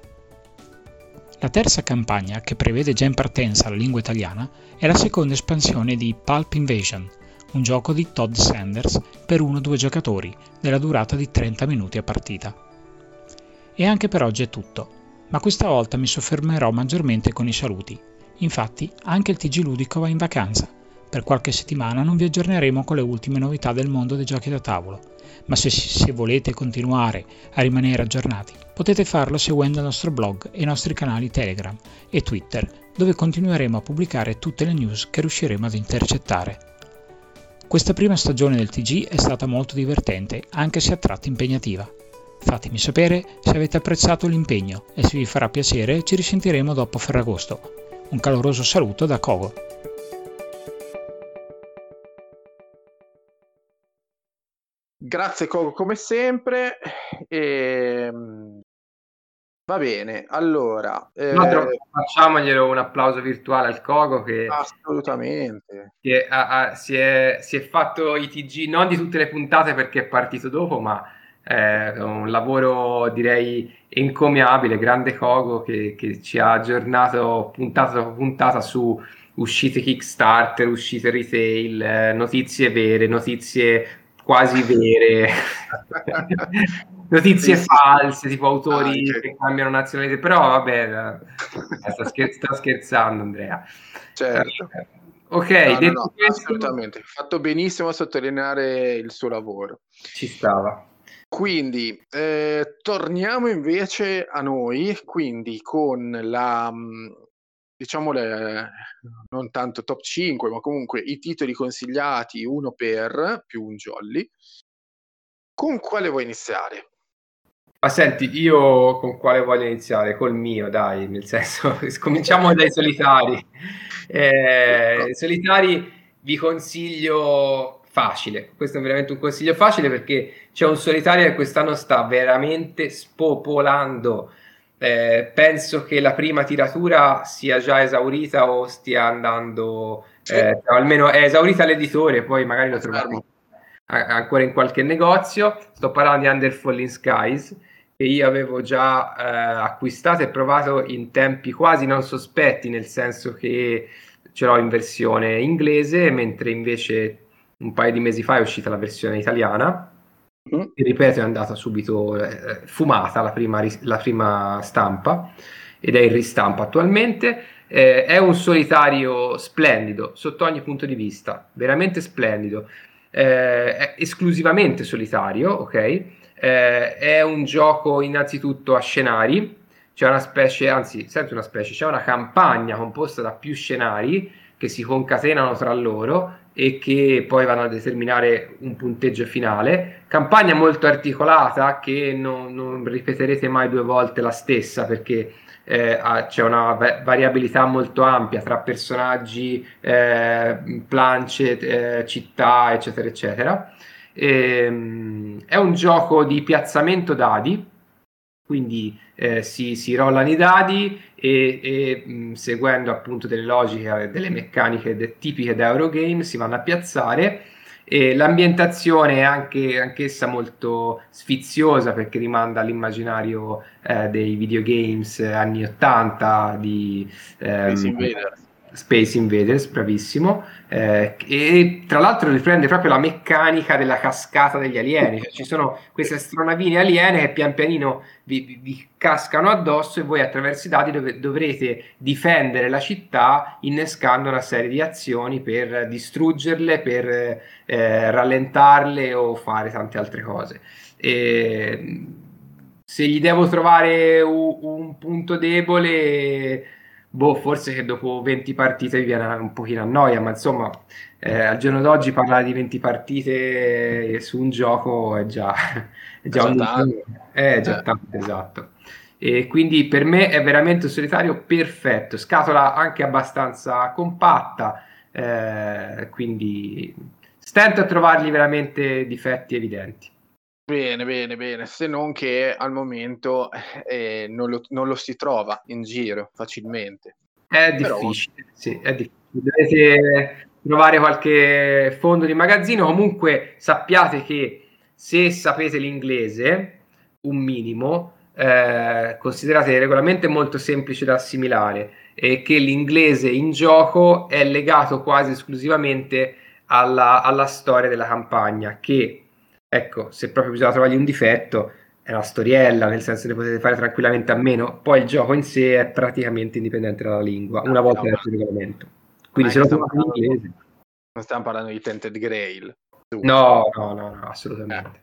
La terza campagna, che prevede già in partenza la lingua italiana, è la seconda espansione di Pulp Invasion, un gioco di Todd Sanders per 1-2 giocatori, della durata di 30 minuti a partita. E anche per oggi è tutto, ma questa volta mi soffermerò maggiormente con i saluti. Infatti, anche il TG Ludico va in vacanza. Per qualche settimana non vi aggiorneremo con le ultime novità del mondo dei giochi da tavolo, ma se volete continuare a rimanere aggiornati, potete farlo seguendo il nostro blog e i nostri canali Telegram e Twitter, dove continueremo a pubblicare tutte le news che riusciremo ad intercettare. Questa prima stagione del TG è stata molto divertente, anche se a tratti impegnativa. Fatemi sapere se avete apprezzato l'impegno e se vi farà piacere ci risentiremo dopo Ferragosto. Un caloroso saluto da Kogo. Grazie Kogo come sempre e Va bene, allora... facciamoglielo un applauso virtuale al Coco che assolutamente. Si è fatto i TG non di tutte le puntate perché è partito dopo, ma un lavoro direi encomiabile, grande Coco che ci ha aggiornato puntata dopo puntata su uscite Kickstarter, uscite retail, notizie vere, notizie quasi vere, notizie false, tipo autori che cambiano nazionalità, però vabbè, sta scherzando Andrea. Certo. Ok, no, assolutamente, fatto benissimo a sottolineare il suo lavoro. Ci stava. Quindi torniamo invece a noi, quindi con la diciamo non tanto top 5, ma comunque i titoli consigliati uno per più un jolly. Con quale vuoi iniziare? Ma senti, io con quale voglio iniziare? Col mio, dai, nel senso, cominciamo dai solitari. Solitari vi consiglio facile, questo è veramente un consiglio facile perché c'è un solitario che quest'anno sta veramente spopolando. Penso che la prima tiratura sia già esaurita o stia andando, almeno è esaurita l'editore, poi magari lo trovate ancora in qualche negozio. Sto parlando di Under Falling Skies, che io avevo già acquistato e provato in tempi quasi non sospetti, nel senso che ce l'ho in versione inglese, mentre invece un paio di mesi fa è uscita la versione italiana. E ripeto, è andata subito fumata la prima stampa ed è in ristampa attualmente. È un solitario splendido sotto ogni punto di vista, veramente splendido. È esclusivamente solitario, ok? È un gioco innanzitutto a scenari, c'è una specie, anzi, sempre una specie, c'è una campagna composta da più scenari che si concatenano tra loro e che poi vanno a determinare un punteggio finale. Campagna molto articolata che non ripeterete mai due volte la stessa perché c'è una variabilità molto ampia tra personaggi, plance, città, eccetera, eccetera. È un gioco di piazzamento dadi, quindi si rollano i dadi e seguendo appunto delle logiche, delle meccaniche tipiche da Eurogame si vanno a piazzare. E l'ambientazione è anch'essa molto sfiziosa perché rimanda all'immaginario dei videogames anni 80 di Space Invaders, bravissimo, e tra l'altro riprende proprio la meccanica della cascata degli alieni, cioè, ci sono queste astronavine aliene che pian pianino vi cascano addosso e voi attraverso i dadi dovrete difendere la città innescando una serie di azioni per distruggerle, per rallentarle o fare tante altre cose. Se gli devo trovare un punto debole, forse che dopo 20 partite vi viene un pochino a noia, ma insomma, al giorno d'oggi parlare di 20 partite su un gioco è già tanto, esatto. E quindi per me è veramente un solitario perfetto, scatola anche abbastanza compatta, quindi stento a trovargli veramente difetti evidenti. Bene, se non che al momento non lo si trova in giro facilmente. È difficile, sì, è difficile. Dovete trovare qualche fondo di magazzino. Comunque sappiate che se sapete l'inglese, un minimo, considerate il regolamento è molto semplice da assimilare e che l'inglese in gioco è legato quasi esclusivamente alla storia della campagna, che ecco, se proprio bisogna trovargli un difetto è una storiella, nel senso che potete fare tranquillamente a meno, poi il gioco in sé è praticamente indipendente dalla lingua, una volta letto il regolamento. Quindi se lo trovate in inglese... Non stiamo parlando di Tainted Grail. No, assolutamente.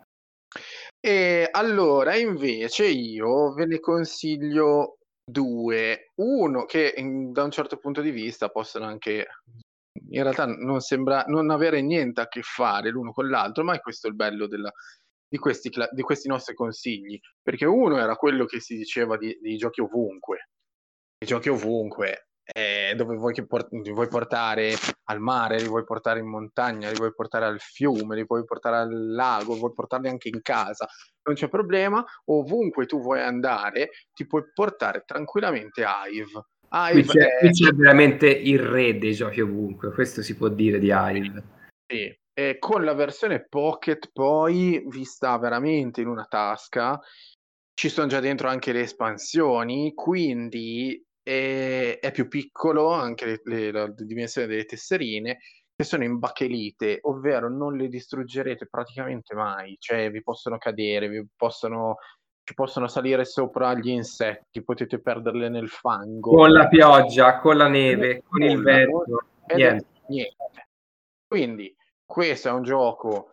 E allora invece io ve ne consiglio due. Uno che da un certo punto di vista possono anche... In realtà non sembra non avere niente a che fare l'uno con l'altro, ma è questo il bello di questi nostri consigli, perché uno era quello che si diceva di giochi ovunque. I giochi ovunque dove li vuoi portare al mare, li vuoi portare in montagna, li vuoi portare al fiume, li vuoi portare al lago, vuoi portarli anche in casa, non c'è problema, ovunque tu vuoi andare ti puoi portare tranquillamente Hive. Qui c'è veramente il re dei giochi ovunque, questo si può dire di Hive. Sì. E con la versione Pocket poi, vista veramente in una tasca, ci sono già dentro anche le espansioni, quindi è più piccolo anche la dimensione delle tesserine, che sono in bachelite, ovvero non le distruggerete praticamente mai, cioè vi possono cadere, ci possono salire sopra gli insetti, potete perderle nel fango. Con la pioggia, con la neve, con il vento, niente. Quindi questo è un gioco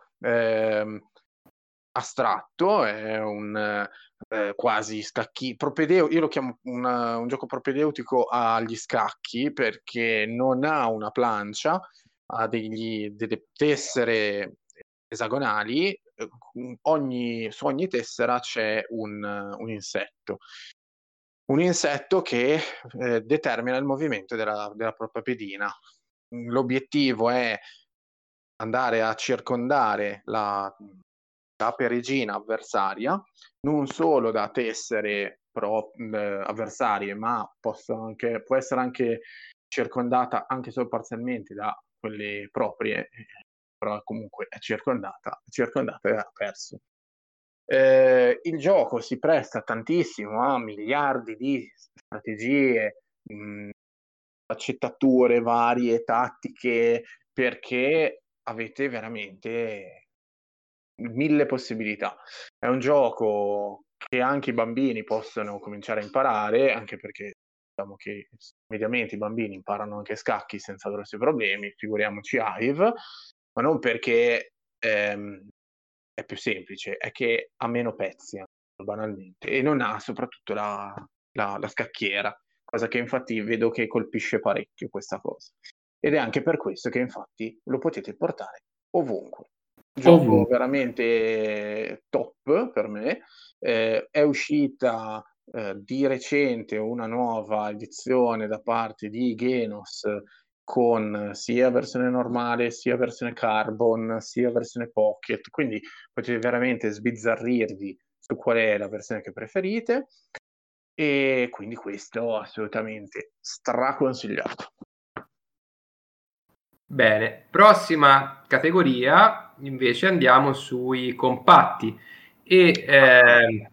astratto, è un quasi scacchi propedeutico. Io lo chiamo un gioco propedeutico agli scacchi perché non ha una plancia, ha delle tessere esagonali, su ogni tessera c'è un insetto. Un insetto che determina il movimento della propria pedina. L'obiettivo è andare a circondare la perigina avversaria, non solo da tessere avversarie, ma può essere anche circondata anche solo parzialmente da quelle proprie, però comunque è circondata e ha perso. Il gioco si presta tantissimo a miliardi di strategie, accettature varie, tattiche, perché avete veramente 1000 possibilità. È un gioco che anche i bambini possono cominciare a imparare, anche perché diciamo che mediamente i bambini imparano anche scacchi senza grossi problemi, figuriamoci Hive, ma non perché è più semplice, è che ha meno pezzi, banalmente, e non ha soprattutto la scacchiera, cosa che infatti vedo che colpisce parecchio questa cosa. Ed è anche per questo che infatti lo potete portare ovunque. Gioco veramente top per me. È uscita di recente una nuova edizione da parte di Genos con sia versione normale, sia versione Carbon, sia versione Pocket, quindi potete veramente sbizzarrirvi su qual è la versione che preferite, e quindi questo assolutamente straconsigliato. Bene, prossima categoria invece andiamo sui compatti e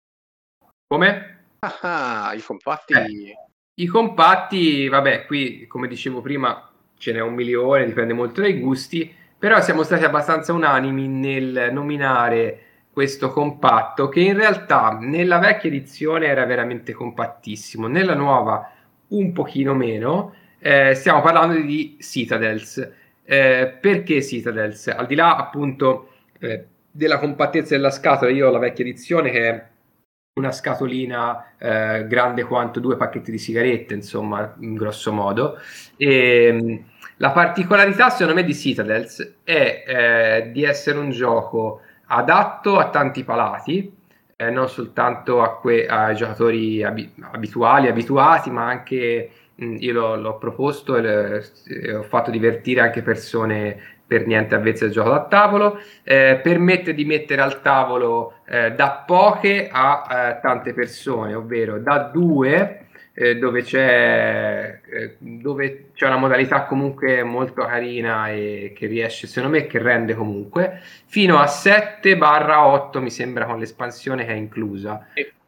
come? I compatti. I compatti, vabbè, qui come dicevo prima ce n'è 1 milione, dipende molto dai gusti, però siamo stati abbastanza unanimi nel nominare questo compatto che in realtà nella vecchia edizione era veramente compattissimo, nella nuova un pochino meno. Stiamo parlando di Citadels. Perché Citadels? Al di là appunto della compattezza della scatola, io ho la vecchia edizione che è una scatolina grande quanto 2 pacchetti di sigarette, insomma, in grosso modo. E la particolarità secondo me di Citadels è di essere un gioco adatto a tanti palati, non soltanto ai giocatori abituati, ma anche io l'ho proposto e ho fatto divertire anche persone per niente avvezze al gioco da tavolo. Permette di mettere al tavolo da poche a tante persone, ovvero da 2 dove c'è una modalità comunque molto carina e che riesce, secondo me, che rende comunque, fino a 7/8 mi sembra, con l'espansione che è inclusa.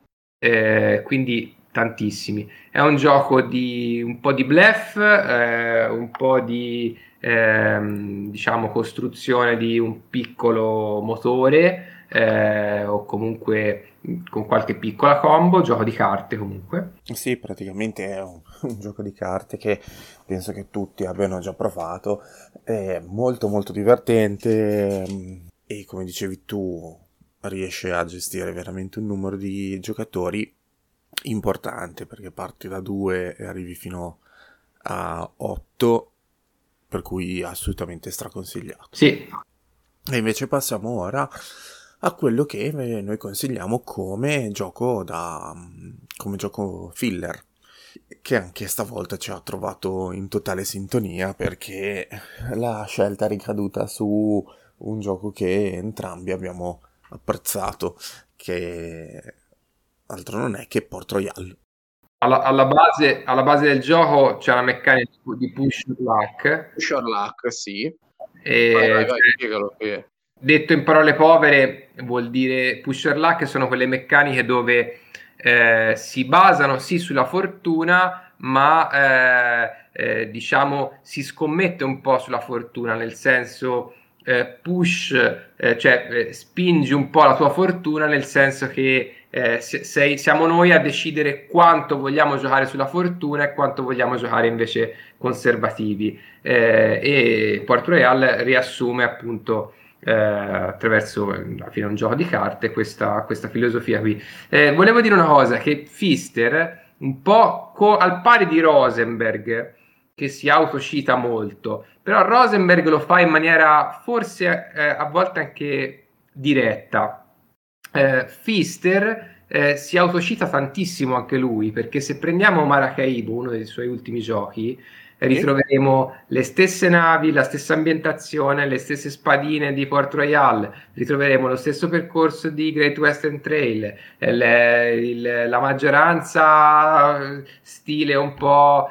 Quindi tantissimi. È un gioco di un po' di bluff, un po' di diciamo costruzione di un piccolo motore, o comunque con qualche piccola combo, gioco di carte comunque. Sì, praticamente è un gioco di carte che penso che tutti abbiano già provato, è molto molto divertente e come dicevi tu riesce a gestire veramente un numero di giocatori importante, perché parti da 2 e arrivi fino a 8, per cui assolutamente straconsigliato. Sì. E invece passiamo ora a quello che noi consigliamo come gioco filler, che anche stavolta ci ha trovato in totale sintonia, perché la scelta è ricaduta su un gioco che entrambi abbiamo apprezzato, che altro non è che Port Royal. Alla base del gioco c'è una meccanica di push luck. Push your luck, sì. Vai, spiegalo che... Detto in parole povere, vuol dire push your luck sono quelle meccaniche dove si basano sì sulla fortuna, ma diciamo si scommette un po' sulla fortuna, nel senso push, cioè spingi un po' la tua fortuna, nel senso che siamo noi a decidere quanto vogliamo giocare sulla fortuna e quanto vogliamo giocare invece conservativi, e Port Royal riassume appunto attraverso alla fine un gioco di carte questa filosofia qui. Volevo dire una cosa, che Pfister un po' al pari di Rosenberg, che si autocita molto, però Rosenberg lo fa in maniera forse a volte anche diretta. Pfister si autocita tantissimo anche lui, perché se prendiamo Maracaibo, uno dei suoi ultimi giochi, ritroveremo le stesse navi, la stessa ambientazione, le stesse spadine di Port Royal, ritroveremo lo stesso percorso di Great Western Trail, la maggioranza stile un po'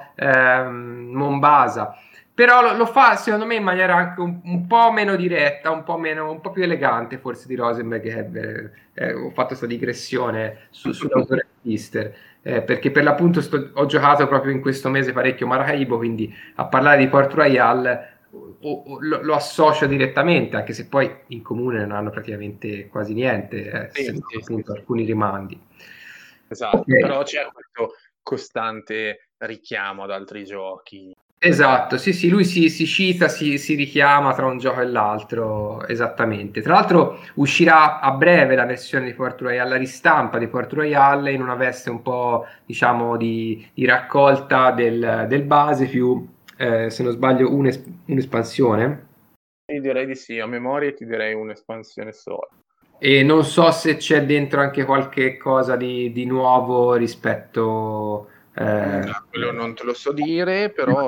Mombasa, però lo fa secondo me in maniera anche un po' meno diretta, un po' più elegante forse di Rosenberg. Ho fatto questa digressione sull'autore Pfister, perché per l'appunto ho giocato proprio in questo mese parecchio Maracaibo, quindi a parlare di Port Royal lo associo direttamente, anche se poi in comune non hanno praticamente quasi niente, appunto alcuni rimandi. Esatto, okay. Però c'è questo costante richiamo ad altri giochi. Esatto, sì, lui si cita, si richiama tra un gioco e l'altro, esattamente. Tra l'altro uscirà a breve la versione di Port Royal, la ristampa di Port Royal in una veste un po', diciamo, di raccolta del base più, se non sbaglio, un'espansione. Io direi di sì, a memoria ti direi un'espansione sola. E non so se c'è dentro anche qualche cosa di nuovo rispetto... quello non te lo so dire, però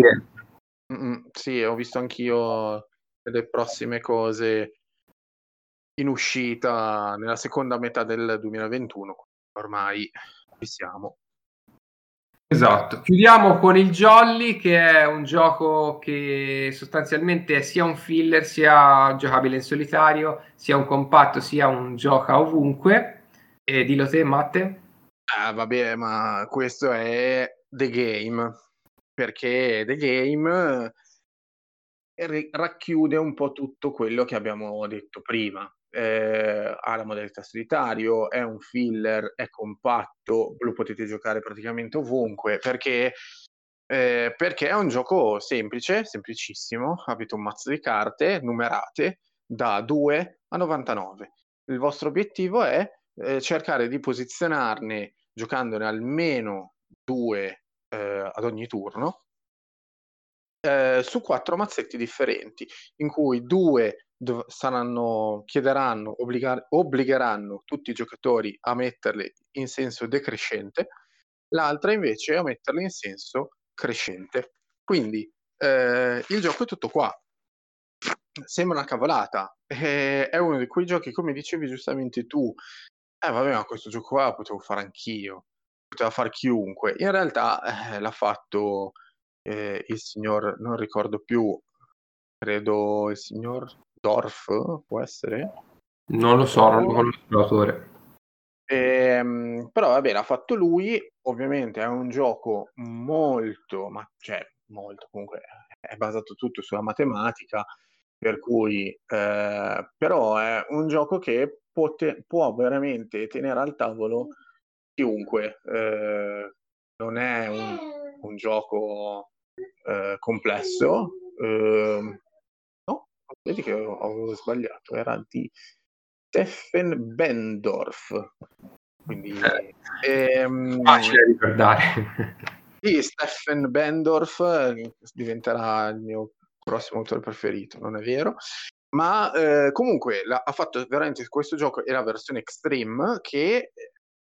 sì, ho visto anch'io delle prossime cose in uscita nella seconda metà del 2021. Ormai ci siamo. Esatto. Chiudiamo con il Jolly, che è un gioco che sostanzialmente è sia un filler, sia giocabile in solitario, sia un compatto, sia un gioca ovunque. E dillo te, Matte. Vabbè, ma questo è The Game, perché The Game racchiude un po' tutto quello che abbiamo detto prima. Ha la modalità solitario, è un filler, è compatto, lo potete giocare praticamente ovunque, perché è un gioco semplice, semplicissimo. Avete un mazzo di carte numerate da 2 a 99. Il vostro obiettivo è cercare di posizionarne, giocandone almeno 2 ad ogni turno, su 4 mazzetti differenti, in cui 2 obbligheranno tutti i giocatori a metterli in senso decrescente, l'altra invece a metterli in senso crescente. Quindi il gioco è tutto qua. Sembra una cavolata, è uno di quei giochi, come dicevi giustamente tu, vabbè, ma questo gioco qua lo potevo fare anch'io, poteva far chiunque. In realtà l'ha fatto il signor, non ricordo più, credo il signor Dorf, può essere? Non lo so, non lo conosco l'autore. Però vabbè, l'ha fatto lui. Ovviamente è un gioco molto, comunque è basato tutto sulla matematica, per cui però è un gioco che può veramente tenere al tavolo chiunque. Non è un gioco complesso. No, vedi che avevo sbagliato, era di Steffen Bendorf, quindi facile da ricordare. Sì, Steffen Bendorf diventerà il mio prossimo autore preferito, non è vero? Ma comunque ha fatto veramente questo gioco, è la versione Extreme, che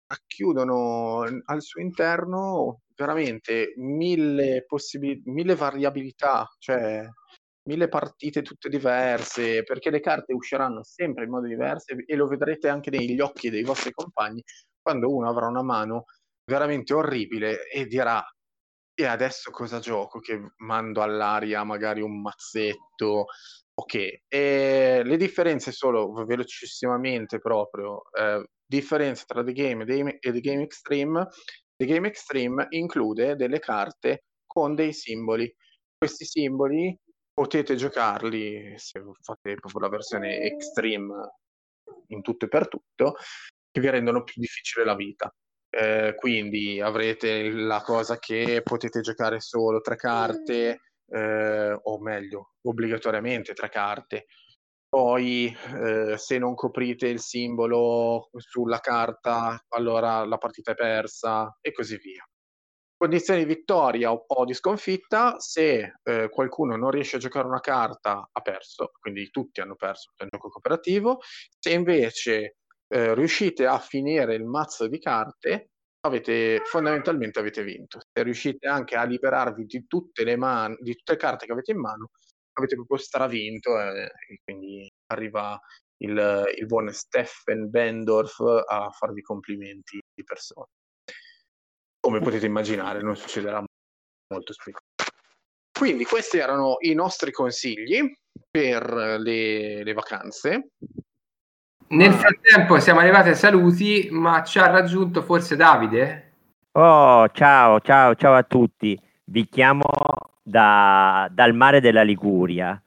racchiudono al suo interno veramente mille variabilità, cioè 1000 partite tutte diverse, perché le carte usciranno sempre in modo diverso e lo vedrete anche negli occhi dei vostri compagni quando uno avrà una mano veramente orribile e dirà: e adesso cosa gioco? Che mando all'aria magari un mazzetto. Ok, e le differenze solo velocissimamente proprio, differenze tra The Game e The Game Extreme. The Game Extreme include delle carte con dei simboli. Questi simboli potete giocarli se fate proprio la versione Extreme in tutto e per tutto, che vi rendono più difficile la vita. Quindi avrete la cosa che potete giocare solo 3 carte, o meglio, obbligatoriamente 3 carte. Poi, se non coprite il simbolo sulla carta, allora la partita è persa e così via. Condizioni di vittoria o di sconfitta: se qualcuno non riesce a giocare una carta, ha perso, quindi tutti hanno perso, è un gioco cooperativo. Se invece riuscite a finire il mazzo di carte, fondamentalmente avete vinto. Se riuscite anche a liberarvi di tutte le carte che avete in mano, avete proprio stravinto, e quindi arriva il buon Steffen Bendorf a farvi complimenti di persona. Come potete immaginare, non succederà molto spesso. Quindi questi erano i nostri consigli per le vacanze. Nel frattempo siamo arrivati ai saluti, ma ci ha raggiunto forse Davide? Oh, ciao a tutti. Vi chiamo dal mare della Liguria,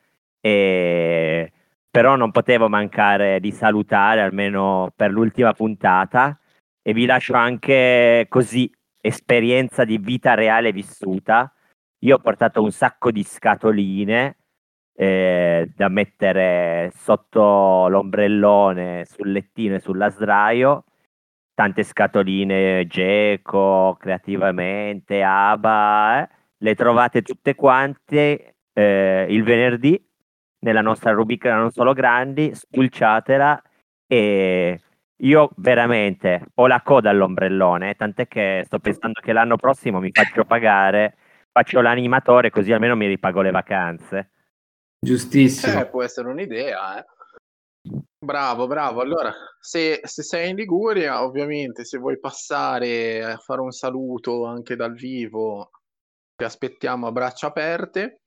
però non potevo mancare di salutare almeno per l'ultima puntata e vi lascio anche così esperienza di vita reale vissuta. Io ho portato un sacco di scatoline da mettere sotto l'ombrellone, sul lettino e sulla sdraio. Tante scatoline Geco, Creativamente, ABA, le trovate tutte quante il venerdì nella nostra rubrica Non Solo Grandi, spulciatela e io veramente ho la coda all'ombrellone, tant'è che sto pensando che l'anno prossimo mi faccio pagare, faccio l'animatore così almeno mi ripago le vacanze. Giustissimo. Può essere un'idea, Bravo. Allora, se sei in Liguria, ovviamente, se vuoi passare a fare un saluto anche dal vivo, ti aspettiamo a braccia aperte.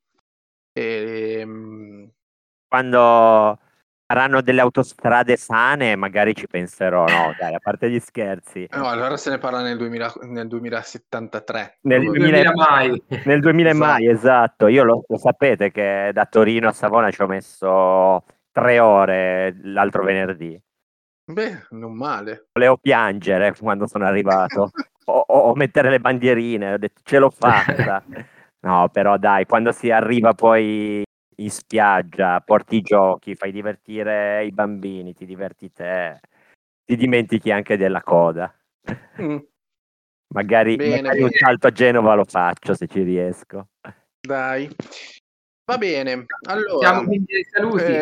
Quando faranno delle autostrade sane, magari ci penserò, no? Dai, a parte gli scherzi. No, allora se ne parla nel 2073. Nel 2000 mai. Nel 2000 mai, esatto. Io lo sapete che da Torino a Savona ci ho messo 3 ore l'altro venerdì. Beh, non male. Volevo piangere quando sono arrivato. o mettere le bandierine, ho detto ce l'ho fatta. No, però dai, quando si arriva poi in spiaggia, porti i giochi, fai divertire i bambini, ti diverti te, ti dimentichi anche della coda. Magari un salto a Genova lo faccio se ci riesco. Dai, va bene. Allora, siamo quindi ai saluti.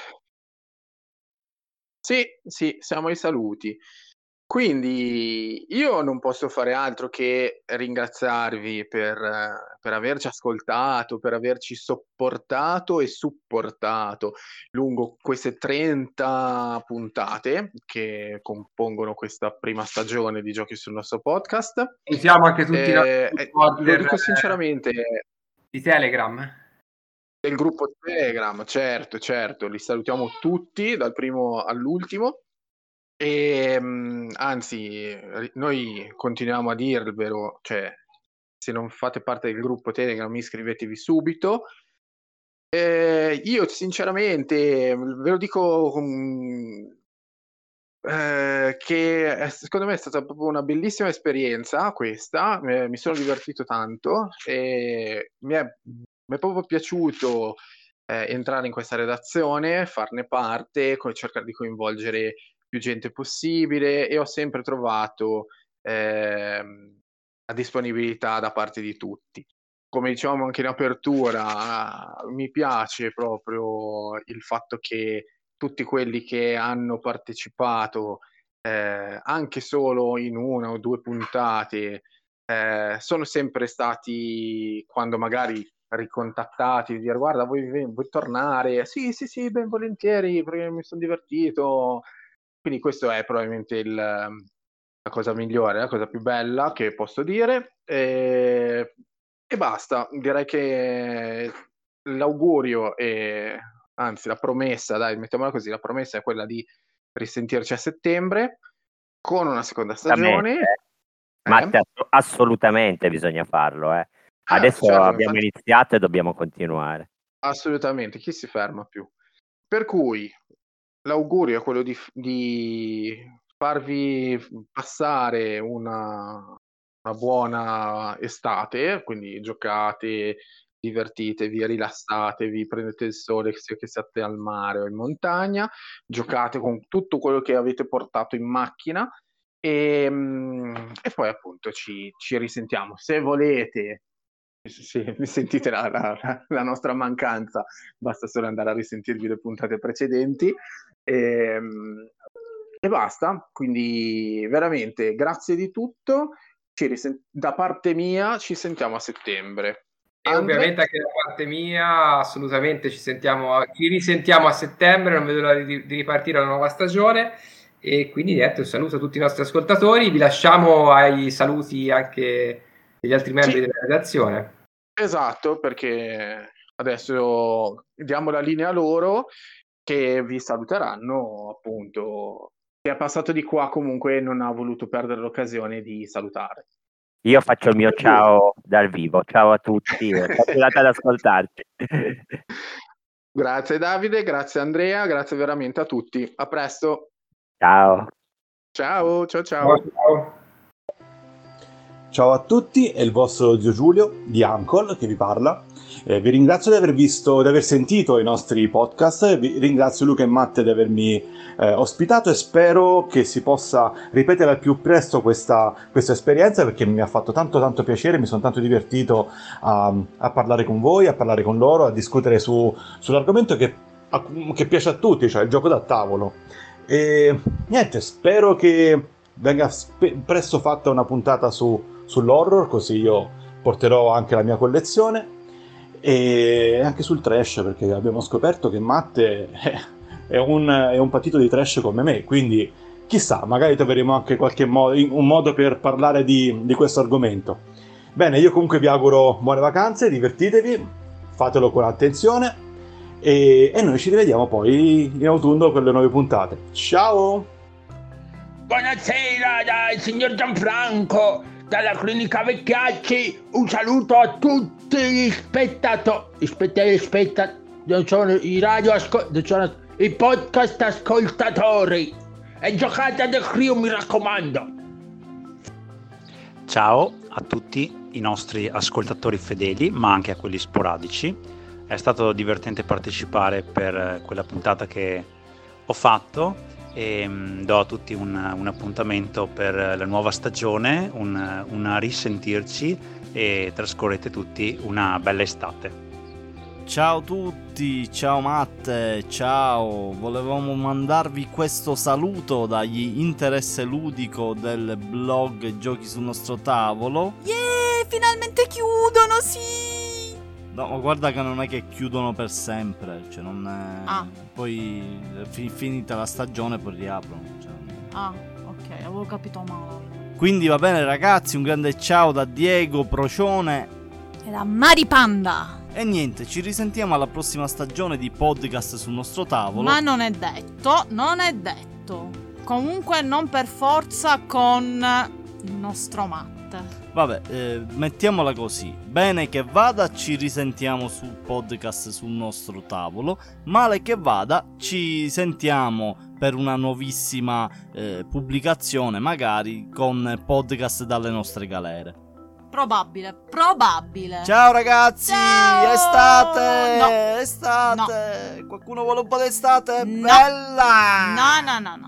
Sì, siamo ai saluti. Quindi io non posso fare altro che ringraziarvi per averci ascoltato, per averci sopportato e supportato lungo queste 30 puntate che compongono questa prima stagione di Giochi sul nostro podcast. Usiamo anche tutti i nostri supporter, lo dico sinceramente, di Telegram. Del gruppo Telegram, certo, li salutiamo tutti dal primo all'ultimo. E anzi, noi continuiamo a dirvelo, cioè se non fate parte del gruppo Telegram iscrivetevi subito. Io sinceramente ve lo dico che secondo me è stata proprio una bellissima esperienza questa, mi sono divertito tanto e mi è proprio piaciuto entrare in questa redazione, farne parte, cercare di coinvolgere più gente possibile e ho sempre trovato la disponibilità da parte di tutti. Come dicevamo anche in apertura, mi piace proprio il fatto che tutti quelli che hanno partecipato anche solo in 1 o 2 puntate, sono sempre stati, quando magari ricontattati, di dire guarda vuoi tornare? Sì, ben volentieri, perché mi sono divertito. Quindi questo è probabilmente la cosa migliore, la cosa più bella che posso dire, e basta. Direi che l'augurio anzi la promessa, dai, mettiamola così, la promessa è quella di risentirci a settembre con una seconda stagione. Assolutamente bisogna farlo, Adesso certo, abbiamo iniziato e dobbiamo continuare. Assolutamente, chi si ferma più? Per cui l'augurio è quello di farvi passare una buona estate, quindi giocate, divertitevi, rilassatevi, prendete il sole sia che siate al mare o in montagna, giocate con tutto quello che avete portato in macchina e poi appunto ci risentiamo. Se volete, se sentite la nostra mancanza, basta solo andare a risentirvi le puntate precedenti e basta. Quindi veramente grazie di tutto, da parte mia ci sentiamo a settembre. E ovviamente anche da parte mia assolutamente ci risentiamo a settembre, non vedo l'ora di ripartire la nuova stagione. E quindi niente, un saluto a tutti i nostri ascoltatori, vi lasciamo ai saluti anche degli altri membri della redazione. Esatto, perché adesso diamo la linea a loro che vi saluteranno, appunto. Chi è passato di qua comunque non ha voluto perdere l'occasione di salutare. Io faccio il mio ciao dal vivo, ciao a tutti, continuate ad ascoltarci. Grazie Davide, grazie Andrea, grazie veramente a tutti, a presto. Ciao. Ciao. Ciao a tutti, è il vostro zio Giulio di Ancol che vi parla. Vi ringrazio di aver sentito i nostri podcast, vi ringrazio Luca e Matte di avermi ospitato e spero che si possa ripetere al più presto questa esperienza, perché mi ha fatto tanto piacere, mi sono tanto divertito a parlare con voi, a parlare con loro, a discutere sull'argomento che piace a tutti, cioè il gioco da tavolo. E niente, spero che venga presto fatta una puntata sull'horror, così io porterò anche la mia collezione, e anche sul trash, perché abbiamo scoperto che Matte è un patito di trash come me, quindi chissà, magari troveremo anche un modo per parlare di questo argomento. Bene, io comunque vi auguro buone vacanze, divertitevi, fatelo con attenzione e noi ci rivediamo poi in autunno con le nuove puntate. Ciao! Buonasera dal signor Gianfranco dalla clinica Vecchiacci, un saluto a tutti gli i podcast ascoltatori, e giocate a The Crew, mi raccomando. Ciao a tutti i nostri ascoltatori fedeli, ma anche a quelli sporadici. È stato divertente partecipare per quella puntata che ho fatto e do a tutti un appuntamento per la nuova stagione, un risentirci, e trascorrete tutti una bella estate. Ciao a tutti, ciao Matte, ciao, volevamo mandarvi questo saluto dagli Interesse Ludico del blog Giochi sul nostro tavolo. Finalmente chiudono, sì! No, ma guarda che non è che chiudono per sempre, cioè non è... Poi finita la stagione poi riaprono, cioè... Ok, avevo capito male. Quindi va bene ragazzi, un grande ciao da Diego Procione e da Maripanda. E niente, ci risentiamo alla prossima stagione di podcast sul nostro tavolo. Ma non è detto. Comunque non per forza con il nostro Matte. Vabbè, mettiamola così. Bene che vada, ci risentiamo sul podcast sul nostro tavolo. Male che vada, ci sentiamo per una nuovissima pubblicazione, magari con podcast dalle nostre galere. Probabile. Ciao ragazzi, ciao! Estate! No. Estate! No. Qualcuno vuole un po' d'estate? No. Bella! No.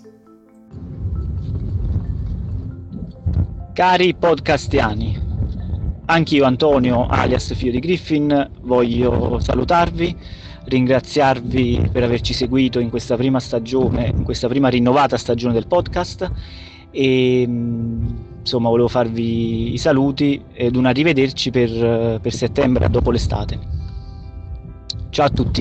Cari podcastiani, anch'io Antonio alias Figlio di Griffin voglio salutarvi ringraziarvi per averci seguito in questa prima stagione, in questa prima rinnovata stagione del podcast, e insomma volevo farvi i saluti ed un arrivederci per settembre, dopo l'estate. Ciao a tutti.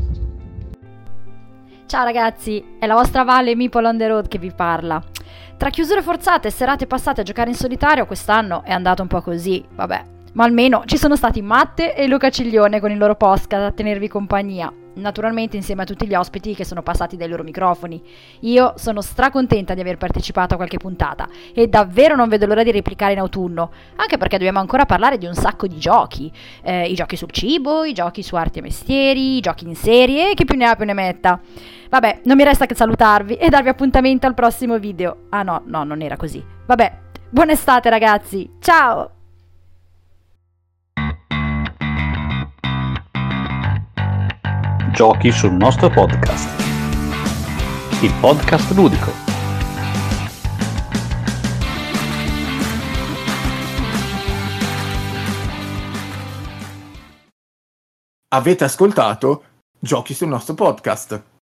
Ciao ragazzi, è la vostra Vale Meeple on the Road che vi parla. Tra chiusure forzate e serate passate a giocare in solitario, quest'anno è andato un po' così, vabbè. Ma almeno ci sono stati Matte e Luca Ciglione con il loro podcast a tenervi compagnia, naturalmente insieme a tutti gli ospiti che sono passati dai loro microfoni. Io sono stracontenta di aver partecipato a qualche puntata e davvero non vedo l'ora di replicare in autunno, anche perché dobbiamo ancora parlare di un sacco di giochi, i giochi sul cibo, i giochi su arti e mestieri, i giochi in serie, chi più ne ha più ne metta. Vabbè, non mi resta che salutarvi e darvi appuntamento al prossimo video. Ah no, non era così. Vabbè, buona estate ragazzi, ciao! Giochi sul nostro podcast. Il podcast ludico. Avete ascoltato Giochi sul nostro podcast.